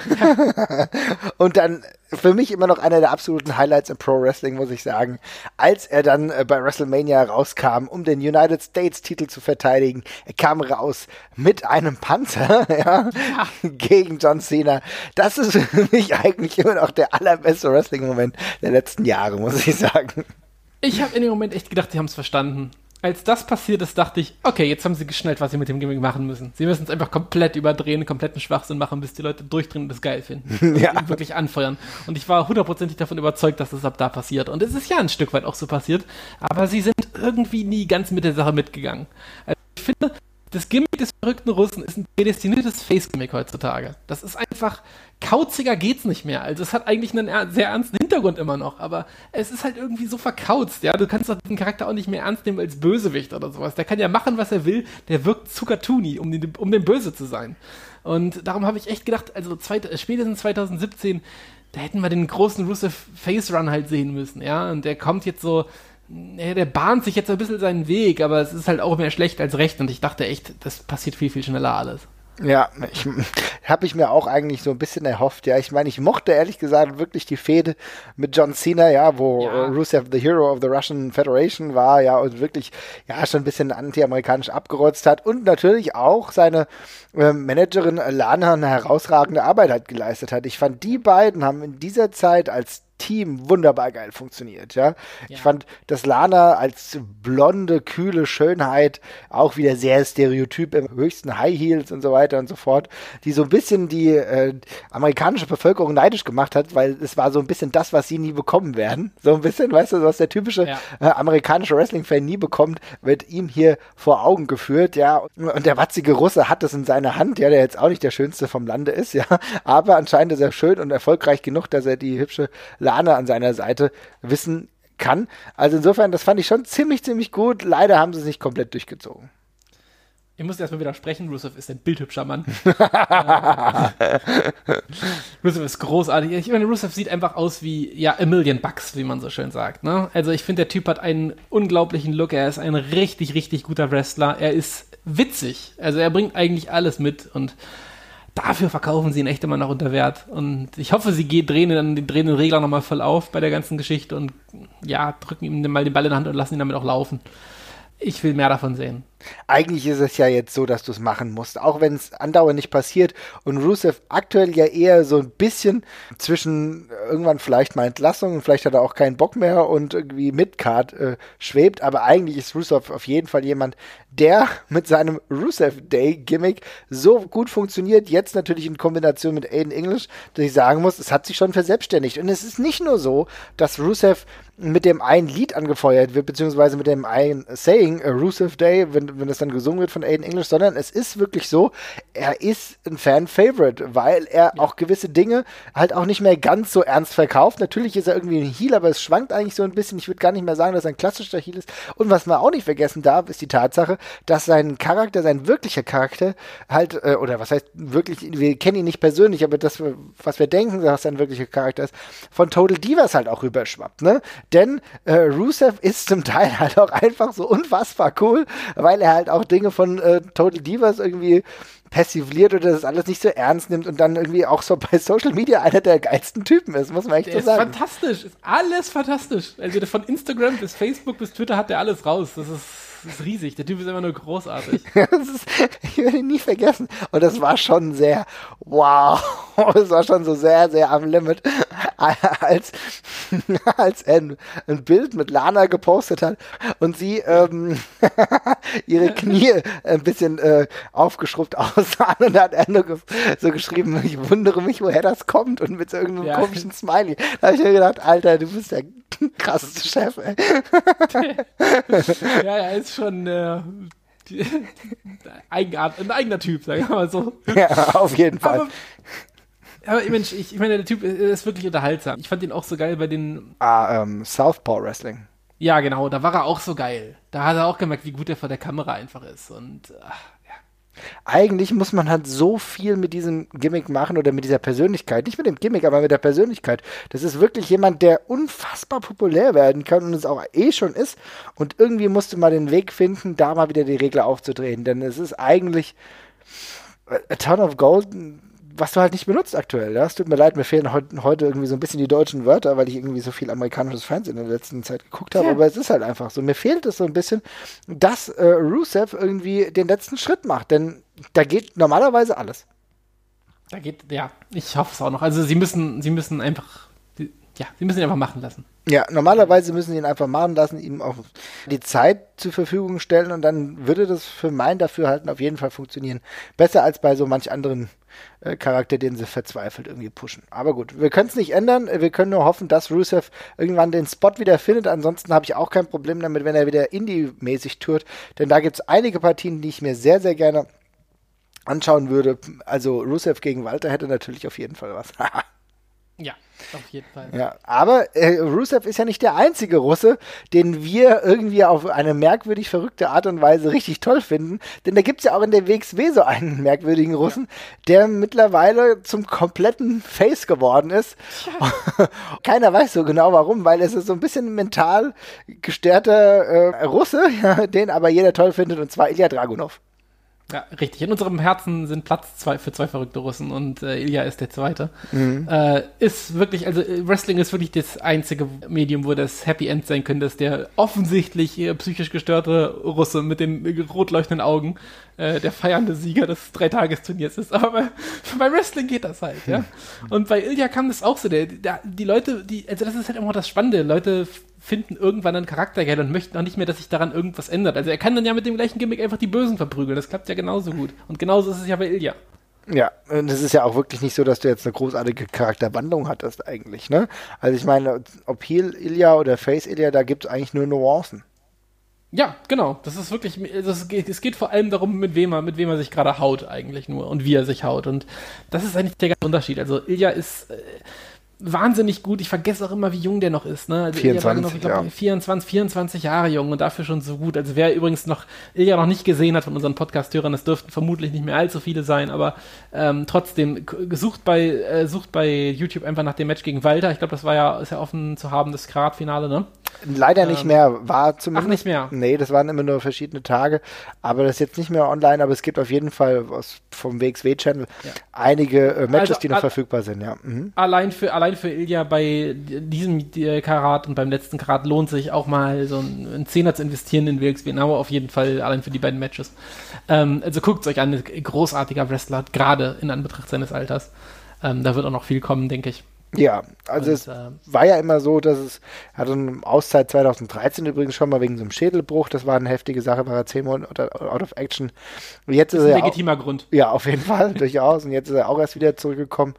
Und dann für mich immer noch einer der absoluten Highlights im Pro Wrestling, muss ich sagen, als er dann bei WrestleMania rauskam, um den United States Titel zu verteidigen. Er kam raus mit einem Panzer, ja, gegen John Cena. Das ist für mich eigentlich immer noch der allerbeste Wrestling-Moment der letzten Jahre, muss ich sagen. Ich habe in dem Moment echt gedacht, die haben es verstanden. Als das passiert ist, dachte ich, okay, jetzt haben sie geschnallt, was sie mit dem Gimmick machen müssen. Sie müssen es einfach komplett überdrehen, kompletten Schwachsinn machen, bis die Leute durchdrehen und das geil finden. Ja. Und ihn wirklich anfeuern. Und ich war 100% davon überzeugt, dass das ab da passiert. Und es ist ja ein Stück weit auch so passiert. Aber sie sind irgendwie nie ganz mit der Sache mitgegangen. Also ich finde, das Gimmick des verrückten Russen ist ein prädestiniertes Face-Gimmick heutzutage. Das ist einfach, kauziger geht's nicht mehr. Also es hat eigentlich einen sehr ernsten Hintergrund immer noch, aber es ist halt irgendwie so verkauzt, ja. Du kannst doch den Charakter auch nicht mehr ernst nehmen als Bösewicht oder sowas. Der kann ja machen, was er will, der wirkt zu cartoony, um den Böse zu sein. Und darum habe ich echt gedacht, also spätestens 2017, da hätten wir den großen Rusev Face Run halt sehen müssen, ja. Und der kommt jetzt so, der bahnt sich jetzt ein bisschen seinen Weg, aber es ist halt auch mehr schlecht als recht und ich dachte echt, das passiert viel, viel schneller alles. Ja, habe ich mir auch eigentlich so ein bisschen erhofft, ja. Ich meine, ich mochte ehrlich gesagt wirklich die Fehde mit John Cena, ja, wo Rusev the Hero of the Russian Federation war, ja, und wirklich, ja, schon ein bisschen anti-amerikanisch abgerotzt hat und natürlich auch seine Managerin Lana eine herausragende Arbeit halt geleistet hat. Ich fand, die beiden haben in dieser Zeit als Team wunderbar geil funktioniert, ja. Ich fand, dass Lana als blonde, kühle Schönheit auch wieder sehr stereotyp im höchsten High Heels und so weiter und so fort, die so ein bisschen die amerikanische Bevölkerung neidisch gemacht hat, weil es war so ein bisschen das, was sie nie bekommen werden. So ein bisschen, weißt du, was der typische amerikanische Wrestling-Fan nie bekommt, wird ihm hier vor Augen geführt, ja. Und der watzige Russe hat das in seiner Hand, ja, der jetzt auch nicht der Schönste vom Lande ist, ja, aber anscheinend ist er schön und erfolgreich genug, dass er die hübsche Lana an seiner Seite wissen kann. Also insofern, das fand ich schon ziemlich, ziemlich gut. Leider haben sie es nicht komplett durchgezogen. Ich muss erstmal widersprechen, Rusev ist ein bildhübscher Mann. Rusev ist großartig. Ich meine, Rusev sieht einfach aus wie, ja, a million bucks, wie man so schön sagt, ne? Also ich finde, der Typ hat einen unglaublichen Look. Er ist ein richtig, richtig guter Wrestler. Er ist witzig. Also er bringt eigentlich alles mit und dafür verkaufen sie ihn echt immer noch unter Wert. Und ich hoffe, sie drehen den Regler nochmal voll auf bei der ganzen Geschichte und ja, drücken ihm mal den Ball in die Hand und lassen ihn damit auch laufen. Ich will mehr davon sehen. Eigentlich ist es ja jetzt so, dass du es machen musst, auch wenn es andauernd nicht passiert und Rusev aktuell ja eher so ein bisschen zwischen irgendwann vielleicht mal Entlassung und vielleicht hat er auch keinen Bock mehr und irgendwie Midcard schwebt, aber eigentlich ist Rusev auf jeden Fall jemand, der mit seinem Rusev Day Gimmick so gut funktioniert, jetzt natürlich in Kombination mit Aiden English, dass ich sagen muss, es hat sich schon verselbstständigt und es ist nicht nur so, dass Rusev mit dem einen Lied angefeuert wird, beziehungsweise mit dem einen Saying, Rusev Day, wenn das dann gesungen wird von Aiden English, sondern es ist wirklich so, er ist ein Fan-Favorite, weil er auch gewisse Dinge halt auch nicht mehr ganz so ernst verkauft. Natürlich ist er irgendwie ein Heel, aber es schwankt eigentlich so ein bisschen. Ich würde gar nicht mehr sagen, dass er ein klassischer Heel ist. Und was man auch nicht vergessen darf, ist die Tatsache, dass sein Charakter, sein wirklicher Charakter halt, oder was heißt wirklich, wir kennen ihn nicht persönlich, aber das, was wir denken, dass sein wirklicher Charakter ist, von Total Divas halt auch rüberschwappt, ne? Denn Rusev ist zum Teil halt auch einfach so unfassbar cool, weil er halt auch Dinge von Total Divas irgendwie persifliert oder das alles nicht so ernst nimmt und dann irgendwie auch so bei Social Media einer der geilsten Typen ist, muss man echt so sagen. Ist fantastisch, ist alles fantastisch. Also von Instagram bis Facebook bis Twitter hat der alles raus. Das ist riesig. Der Typ ist immer nur großartig. Ich werde ihn nie vergessen. Und das war schon sehr, wow, das war schon so sehr, sehr am Limit, als er ein Bild mit Lana gepostet hat und sie ihre Knie ein bisschen aufgeschrubbt aussahen und da hat er nur so geschrieben, ich wundere mich, woher das kommt und mit so irgendeinem komischen Smiley. Da habe ich mir gedacht, Alter, du bist der krasseste Chef, ey. Ja, er ist schon ein eigener Typ, sagen wir mal so. Ja, auf jeden Fall. Aber Mensch, ich meine, der Typ ist wirklich unterhaltsam. Ich fand ihn auch so geil bei den... Southpaw Wrestling. Ja, genau, da war er auch so geil. Da hat er auch gemerkt, wie gut er vor der Kamera einfach ist. Und ja. Eigentlich muss man halt so viel mit diesem Gimmick machen oder mit dieser Persönlichkeit. Nicht mit dem Gimmick, aber mit der Persönlichkeit. Das ist wirklich jemand, der unfassbar populär werden kann und es auch schon ist. Und irgendwie musst du mal den Weg finden, da mal wieder die Regler aufzudrehen. Denn es ist eigentlich a ton of gold, was du halt nicht benutzt aktuell. Ja? Es tut mir leid, mir fehlen heute irgendwie so ein bisschen die deutschen Wörter, weil ich irgendwie so viel amerikanisches Fernsehen in der letzten Zeit geguckt habe. Ja. Aber es ist halt einfach so. Mir fehlt es so ein bisschen, dass Rusev irgendwie den letzten Schritt macht. Denn da geht normalerweise alles. Ja, ich hoffe es auch noch. Also sie müssen einfach ihn einfach machen lassen. Ja, normalerweise müssen sie ihn einfach machen lassen, ihm auch die Zeit zur Verfügung stellen und dann würde das für mein Dafürhalten auf jeden Fall funktionieren. Besser als bei so manch anderen Charakter, den sie verzweifelt irgendwie pushen. Aber gut, wir können es nicht ändern. Wir können nur hoffen, dass Rusev irgendwann den Spot wieder findet. Ansonsten habe ich auch kein Problem damit, wenn er wieder Indie-mäßig tourt. Denn da gibt es einige Partien, die ich mir sehr, sehr gerne anschauen würde. Also Rusev gegen Walter hätte natürlich auf jeden Fall was. Ja, auf jeden Fall. Ja, aber Rusev ist ja nicht der einzige Russe, den wir irgendwie auf eine merkwürdig verrückte Art und Weise richtig toll finden. Denn da gibt es ja auch in der WXW so einen merkwürdigen Russen, der mittlerweile zum kompletten Face geworden ist. Ja. Keiner weiß so genau warum, weil es ist so ein bisschen mental gestörter Russe, den aber jeder toll findet, und zwar Ilja Dragunov. Ja, richtig. In unserem Herzen sind Platz für zwei verrückte Russen und Ilja ist der zweite. Ist wirklich, also Wrestling ist wirklich das einzige Medium, wo das Happy End sein könnte, dass der offensichtlich psychisch gestörte Russe mit den rot leuchtenden Augen der feiernde Sieger des 3-Tages-Turniers ist. Aber bei Wrestling geht das halt, ja. Und bei Ilja kam das auch so. Die Leute, also das ist halt immer das Spannende. Leute finden irgendwann einen Charakter geil und möchten auch nicht mehr, dass sich daran irgendwas ändert. Also er kann dann ja mit dem gleichen Gimmick einfach die Bösen verprügeln. Das klappt ja genauso gut. Und genauso ist es ja bei Ilja. Ja, und es ist ja auch wirklich nicht so, dass du jetzt eine großartige Charakterwandlung hattest eigentlich, ne? Also ich meine, ob Heel Ilja oder Face Ilja, da gibt es eigentlich nur Nuancen. Ja, genau. Das ist wirklich, es geht vor allem darum, mit wem er sich gerade haut eigentlich nur und wie er sich haut. Und das ist eigentlich der ganze Unterschied. Also Ilja ist wahnsinnig gut. Ich vergesse auch immer, wie jung der noch ist. Ne? Also 24, Ilja war 24 Jahre jung und dafür schon so gut. Also wer übrigens Ilja noch nicht gesehen hat von unseren Podcast-Hörern, das dürften vermutlich nicht mehr allzu viele sein, aber trotzdem, sucht bei YouTube einfach nach dem Match gegen Walter. Ich glaube, ist ja offen zu haben, das Karat-Finale, ne? Leider nicht mehr, war zumindest. Ach, nicht mehr? Nee, das waren immer nur verschiedene Tage, aber das ist jetzt nicht mehr online, aber es gibt auf jeden Fall vom WXW-Channel einige Matches, die noch verfügbar sind, ja. Mhm. Allein für Ilja bei diesem Karat und beim letzten Karat lohnt sich auch mal so einen Zehner zu investieren in WXW Now, auf jeden Fall, allein für die beiden Matches. Also guckt es euch an, ein großartiger Wrestler, gerade in Anbetracht seines Alters. Da wird auch noch viel kommen, denke ich. Ja, also es war ja immer so, dass es hatte eine Auszeit 2013 übrigens schon mal wegen so einem Schädelbruch, das war eine heftige Sache, war er 10 Monate out of action. Und jetzt ist ein er legitimer Grund. Ja, auf jeden Fall, durchaus. Und jetzt ist er auch erst wieder zurückgekommen.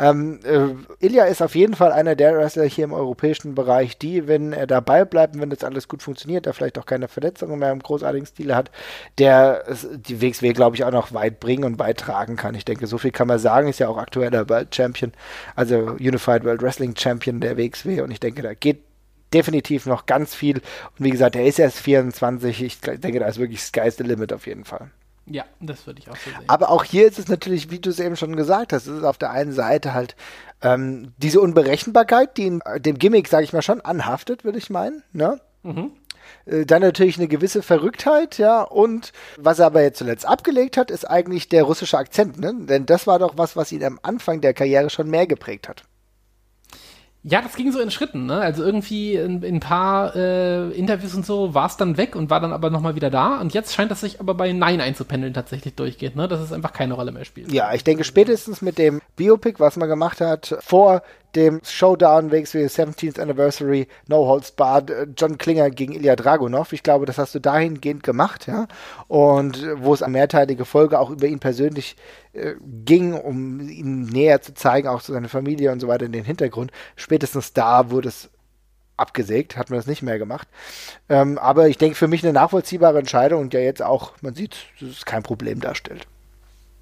Ilja ist auf jeden Fall einer der Wrestler hier im europäischen Bereich, die, wenn er dabei bleibt und wenn das alles gut funktioniert, da vielleicht auch keine Verletzungen mehr im großartigen Stile hat, der die WXW, glaube ich, auch noch weit bringen und weit tragen kann. Ich denke, so viel kann man sagen, ist ja auch aktueller World Champion, also Unified World Wrestling Champion der WXW, und ich denke, da geht definitiv noch ganz viel. Und wie gesagt, er ist erst 24, ich denke, da ist wirklich Sky's the limit auf jeden Fall. Ja, das würde ich auch so sehen. Aber auch hier ist es natürlich, wie du es eben schon gesagt hast, es ist auf der einen Seite halt diese Unberechenbarkeit, die dem Gimmick, sage ich mal, schon anhaftet, würde ich meinen, ne? Mhm. Dann natürlich eine gewisse Verrücktheit, ja, und was er aber jetzt zuletzt abgelegt hat, ist eigentlich der russische Akzent, ne? Denn das war doch was ihn am Anfang der Karriere schon mehr geprägt hat. Ja, das ging so in Schritten, ne? Also irgendwie in ein paar Interviews und so war es dann weg und war dann aber nochmal wieder da. Und jetzt scheint das sich aber bei Nein einzupendeln tatsächlich durchgeht, ne? Dass es einfach keine Rolle mehr spielt. Ja, ich denke spätestens mit dem Biopic, was man gemacht hat, vor dem Showdown WXW 17th Anniversary, No Holds Barred, John Klinger gegen Ilja Dragunov. Ich glaube, das hast du dahingehend gemacht, ja. Und wo es eine mehrteilige Folge auch über ihn persönlich ging, um ihn näher zu zeigen, auch zu seiner Familie und so weiter in den Hintergrund. Spätestens da wurde es abgesägt, hat man das nicht mehr gemacht. Aber ich denke, für mich eine nachvollziehbare Entscheidung und ja jetzt auch, man sieht, dass es kein Problem darstellt. Ja,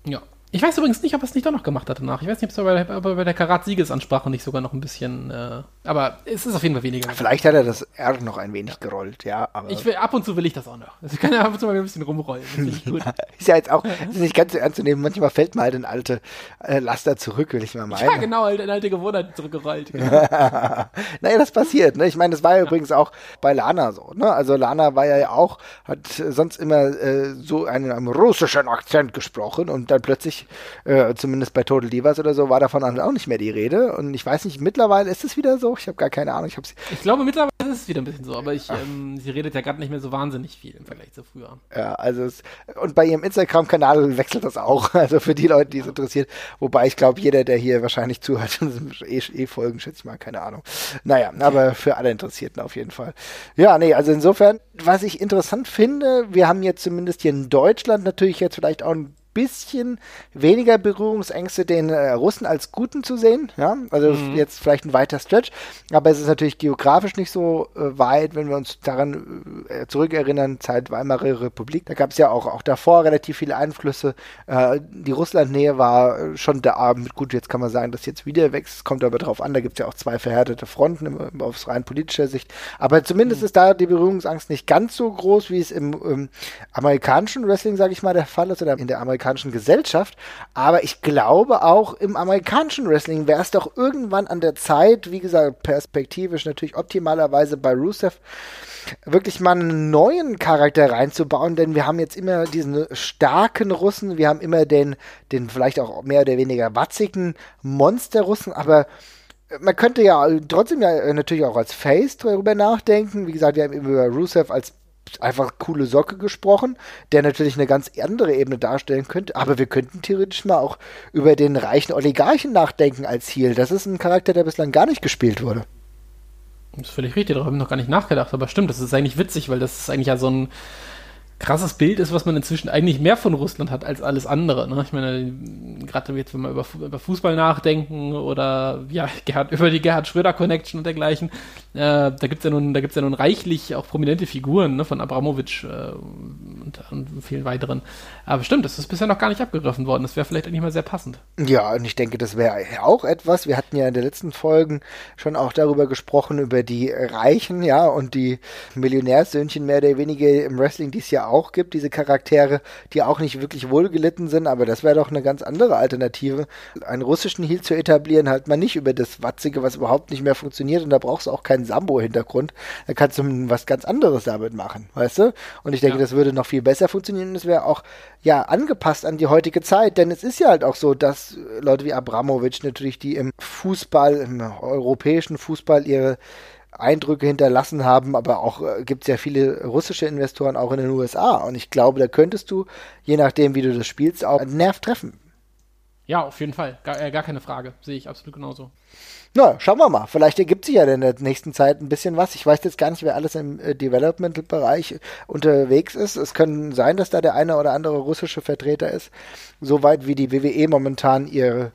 Ich weiß übrigens nicht, ob er es nicht doch noch gemacht hat danach. Ich weiß nicht, ob er bei der Karat-Siegesansprache nicht sogar noch ein bisschen, aber es ist auf jeden Fall weniger. Vielleicht hat er das R noch ein wenig gerollt, ja. Aber ab und zu will ich das auch noch. Also ich kann ja ab und zu mal ein bisschen rumrollen. Das finde ich gut. Ist ja jetzt auch ist nicht ganz so ernst zu nehmen. Manchmal fällt man halt in alte Laster zurück, will ich mal meinen. Ja, genau, halt in alte Gewohnheiten zurückgerollt. Genau. Naja, das passiert, ne? Ich meine, das war ja übrigens auch bei Lana so, ne? Also Lana war ja auch, hat sonst immer so einem russischen Akzent gesprochen und dann plötzlich, zumindest bei Total Divas oder so, war davon auch nicht mehr die Rede. Und ich weiß nicht, mittlerweile ist es wieder so. Ich habe gar keine Ahnung. Ich glaube, mittlerweile ist es wieder ein bisschen so, aber sie redet ja gerade nicht mehr so wahnsinnig viel im Vergleich zu früher. Ja, also und bei ihrem Instagram-Kanal wechselt das auch. Also für die Leute, die es interessiert. Wobei ich glaube, jeder, der hier wahrscheinlich zuhört, folgen, schätze ich mal, keine Ahnung. Naja, aber für alle Interessierten auf jeden Fall. Ja, nee, also insofern, was ich interessant finde, wir haben jetzt zumindest hier in Deutschland natürlich jetzt vielleicht auch ein bisschen weniger Berührungsängste, den Russen als Guten zu sehen. Ja, also jetzt vielleicht ein weiter Stretch, aber es ist natürlich geografisch nicht so weit, wenn wir uns daran zurückerinnern, Zeit Weimarer Republik. Da gab es ja auch davor relativ viele Einflüsse. Die Russlandnähe war schon da. Gut, jetzt kann man sagen, dass jetzt wieder wächst. Es kommt aber drauf an, da gibt es ja auch zwei verhärtete Fronten aus rein politischer Sicht. Aber zumindest ist da die Berührungsangst nicht ganz so groß, wie es im amerikanischen Wrestling, sage ich mal, der Fall ist, oder in der amerikanischen Gesellschaft, aber ich glaube auch im amerikanischen Wrestling wäre es doch irgendwann an der Zeit, wie gesagt, perspektivisch natürlich optimalerweise bei Rusev, wirklich mal einen neuen Charakter reinzubauen, denn wir haben jetzt immer diesen starken Russen, wir haben immer den vielleicht auch mehr oder weniger watzigen Monster-Russen, aber man könnte ja trotzdem ja natürlich auch als Face darüber nachdenken. Wie gesagt, wir haben über Rusev als einfach coole Socke gesprochen, der natürlich eine ganz andere Ebene darstellen könnte, aber wir könnten theoretisch mal auch über den reichen Oligarchen nachdenken als Heel. Das ist ein Charakter, der bislang gar nicht gespielt wurde. Das ist völlig richtig, darüber habe ich noch gar nicht nachgedacht, aber stimmt, das ist eigentlich witzig, weil das ist eigentlich ja so ein krasses Bild ist, was man inzwischen eigentlich mehr von Russland hat als alles andere. Ne? Ich meine, gerade jetzt, wenn wir über Fußball nachdenken oder ja, über die Gerhard Schröder-Connection und dergleichen, da gibt's ja nun reichlich auch prominente Figuren, ne, von Abramowitsch und vielen weiteren. Aber stimmt, das ist bisher noch gar nicht abgegriffen worden. Das wäre vielleicht eigentlich mal sehr passend. Ja, und ich denke, das wäre auch etwas. Wir hatten ja in den letzten Folgen schon auch darüber gesprochen, über die Reichen, ja, und die Millionärssöhnchen mehr oder weniger im Wrestling, die es ja auch gibt, diese Charaktere, die auch nicht wirklich wohlgelitten sind, aber das wäre doch eine ganz andere Alternative. Einen russischen Heel zu etablieren, halt mal nicht über das Watzige, was überhaupt nicht mehr funktioniert, und da brauchst du auch keinen Sambo-Hintergrund, da kannst du was ganz anderes damit machen, weißt du? Und ich denke, das würde noch viel besser funktionieren und es wäre auch, ja, angepasst an die heutige Zeit, denn es ist ja halt auch so, dass Leute wie Abramowitsch natürlich, die im Fußball, im europäischen Fußball ihre Eindrücke hinterlassen haben, aber auch gibt es ja viele russische Investoren auch in den USA und ich glaube, da könntest du, je nachdem wie du das spielst, auch einen Nerv treffen. Ja, auf jeden Fall, gar keine Frage, sehe ich absolut genauso. Na, schauen wir mal, vielleicht ergibt sich ja in der nächsten Zeit ein bisschen was. Ich weiß jetzt gar nicht, wer alles im Development-Bereich unterwegs ist. Es kann sein, dass da der eine oder andere russische Vertreter ist, soweit wie die WWE momentan ihre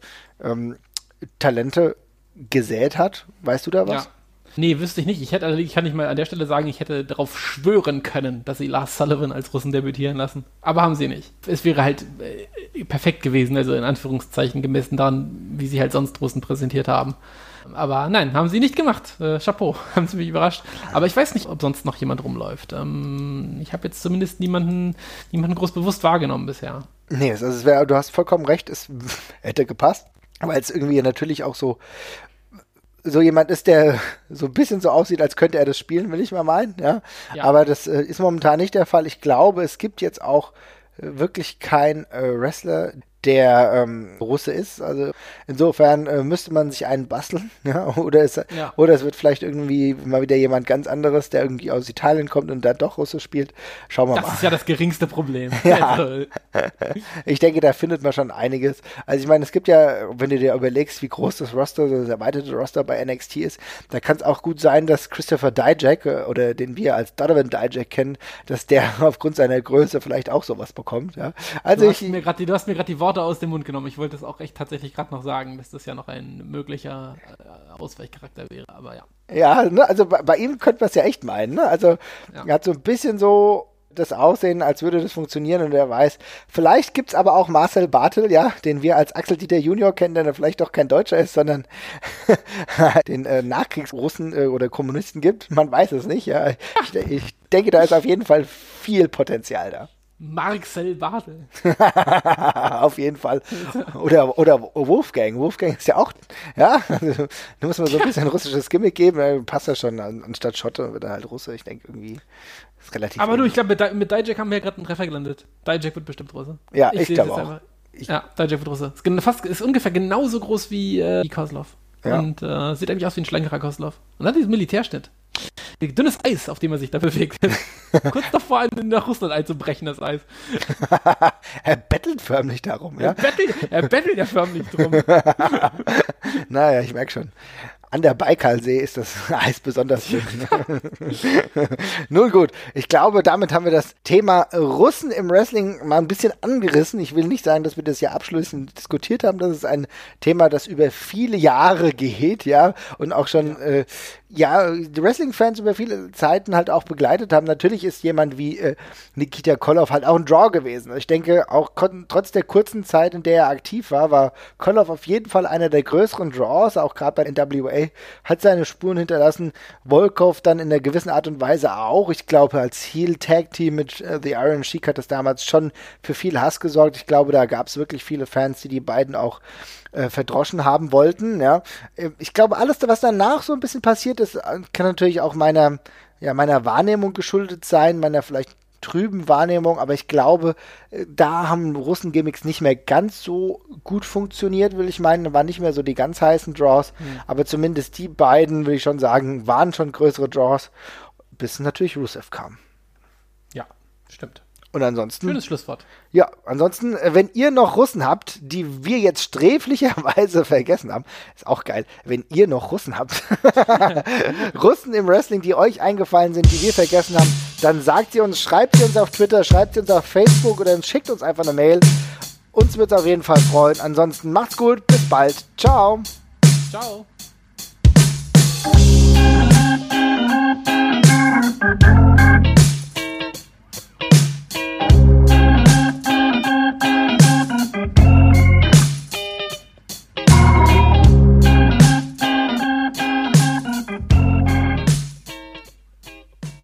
Talente gesät hat. Weißt du da was? Ja. Nee, wüsste ich nicht. Ich kann nicht mal an der Stelle sagen, ich hätte darauf schwören können, dass sie Lars Sullivan als Russen debütieren lassen. Aber haben sie nicht. Es wäre halt perfekt gewesen, also in Anführungszeichen gemessen daran, wie sie halt sonst Russen präsentiert haben. Aber nein, haben sie nicht gemacht. Chapeau, haben sie mich überrascht. Aber ich weiß nicht, ob sonst noch jemand rumläuft. Ich habe jetzt zumindest niemanden groß bewusst wahrgenommen bisher. Nee, also du hast vollkommen recht, es hätte gepasst. Weil es irgendwie natürlich auch so jemand ist, der so ein bisschen so aussieht, als könnte er das spielen, will ich mal meinen, ja. Aber das ist momentan nicht der Fall. Ich glaube, es gibt jetzt auch wirklich kein Wrestler, der Russe ist. Also insofern müsste man sich einen basteln, ja? Oder es wird vielleicht irgendwie mal wieder jemand ganz anderes, der irgendwie aus Italien kommt und da doch Russe spielt. Schauen wir mal. Das ist ja das geringste Problem. Ja. Also. Ich denke, da findet man schon einiges. Also ich meine, es gibt ja, wenn du dir überlegst, wie groß das Roster, das erweiterte Roster bei NXT ist, da kann es auch gut sein, dass Christopher Dijak, oder den wir als Donovan Dijak kennen, dass der aufgrund seiner Größe vielleicht auch sowas bekommt. Ja? Also du hast mir gerade die Worte aus dem Mund genommen. Ich wollte es auch echt tatsächlich gerade noch sagen, dass das ja noch ein möglicher Ausweichcharakter wäre, aber ja. Ja, ne, also bei ihm könnte man es ja echt meinen, ne? Also er hat so ein bisschen so das Aussehen, als würde das funktionieren und wer weiß. Vielleicht gibt's aber auch Marcel Bartel, ja, den wir als Axel Dieter Junior kennen, der vielleicht doch kein Deutscher ist, sondern den Nachkriegsrussen oder Kommunisten gibt. Man weiß es nicht, ja. Ich denke, da ist auf jeden Fall viel Potenzial da. Marcel Bartel. Auf jeden Fall. Oder Wolfgang. Wolfgang ist ja auch, ja, also, da muss man so ein bisschen russisches Gimmick geben, passt ja schon, anstatt Schotte wird er halt Russe. Ich denke irgendwie, ist relativ. Aber du, ich glaube, mit Dijak haben wir ja gerade einen Treffer gelandet. Dijak wird bestimmt Russe. Ja, ich glaube auch. Ja, Dijak wird Russe. Ist ungefähr genauso groß wie Kozlov. Ja. Und sieht eigentlich aus wie ein schlankerer Kozlov. Und hat diesen Militärschnitt. Dünnes Eis, auf dem er sich da bewegt. Kurz davor, nach Russland einzubrechen, das Eis. Er bettelt förmlich darum, ja? Er bettelt ja förmlich drum. Naja, ich merke schon. An der Baikalsee ist das Eis besonders dünn. Nun gut, ich glaube, damit haben wir das Thema Russen im Wrestling mal ein bisschen angerissen. Ich will nicht sagen, dass wir das ja abschließend diskutiert haben. Das ist ein Thema, das über viele Jahre geht, ja, und auch schon, die Wrestling-Fans über viele Zeiten halt auch begleitet haben. Natürlich ist jemand wie Nikita Koloff halt auch ein Draw gewesen. Ich denke, auch trotz der kurzen Zeit, in der er aktiv war Koloff auf jeden Fall einer der größeren Draws, auch gerade bei NWA, hat seine Spuren hinterlassen. Volkov dann in einer gewissen Art und Weise auch. Ich glaube, als Heel-Tag-Team mit The Iron Sheik hat das damals schon für viel Hass gesorgt. Ich glaube, da gab es wirklich viele Fans, die beiden auch verdroschen haben wollten, ja. Ich glaube, alles, was danach so ein bisschen passiert ist, kann natürlich auch meiner Wahrnehmung geschuldet sein, meiner vielleicht trüben Wahrnehmung, aber ich glaube, da haben Russen-Gimmicks nicht mehr ganz so gut funktioniert, will ich meinen, da waren nicht mehr so die ganz heißen Draws, aber zumindest die beiden, will ich schon sagen, waren schon größere Draws, bis natürlich Rusev kam. Ja, stimmt. Und ansonsten. Schönes Schlusswort. Ja, ansonsten, wenn ihr noch Russen habt, die wir jetzt sträflicherweise vergessen haben, ist auch geil, wenn ihr noch Russen habt, Russen im Wrestling, die euch eingefallen sind, die wir vergessen haben, dann sagt sie uns, schreibt sie uns auf Twitter, schreibt sie uns auf Facebook oder schickt uns einfach eine Mail. Uns wird es auf jeden Fall freuen. Ansonsten macht's gut, bis bald. Ciao. Ciao.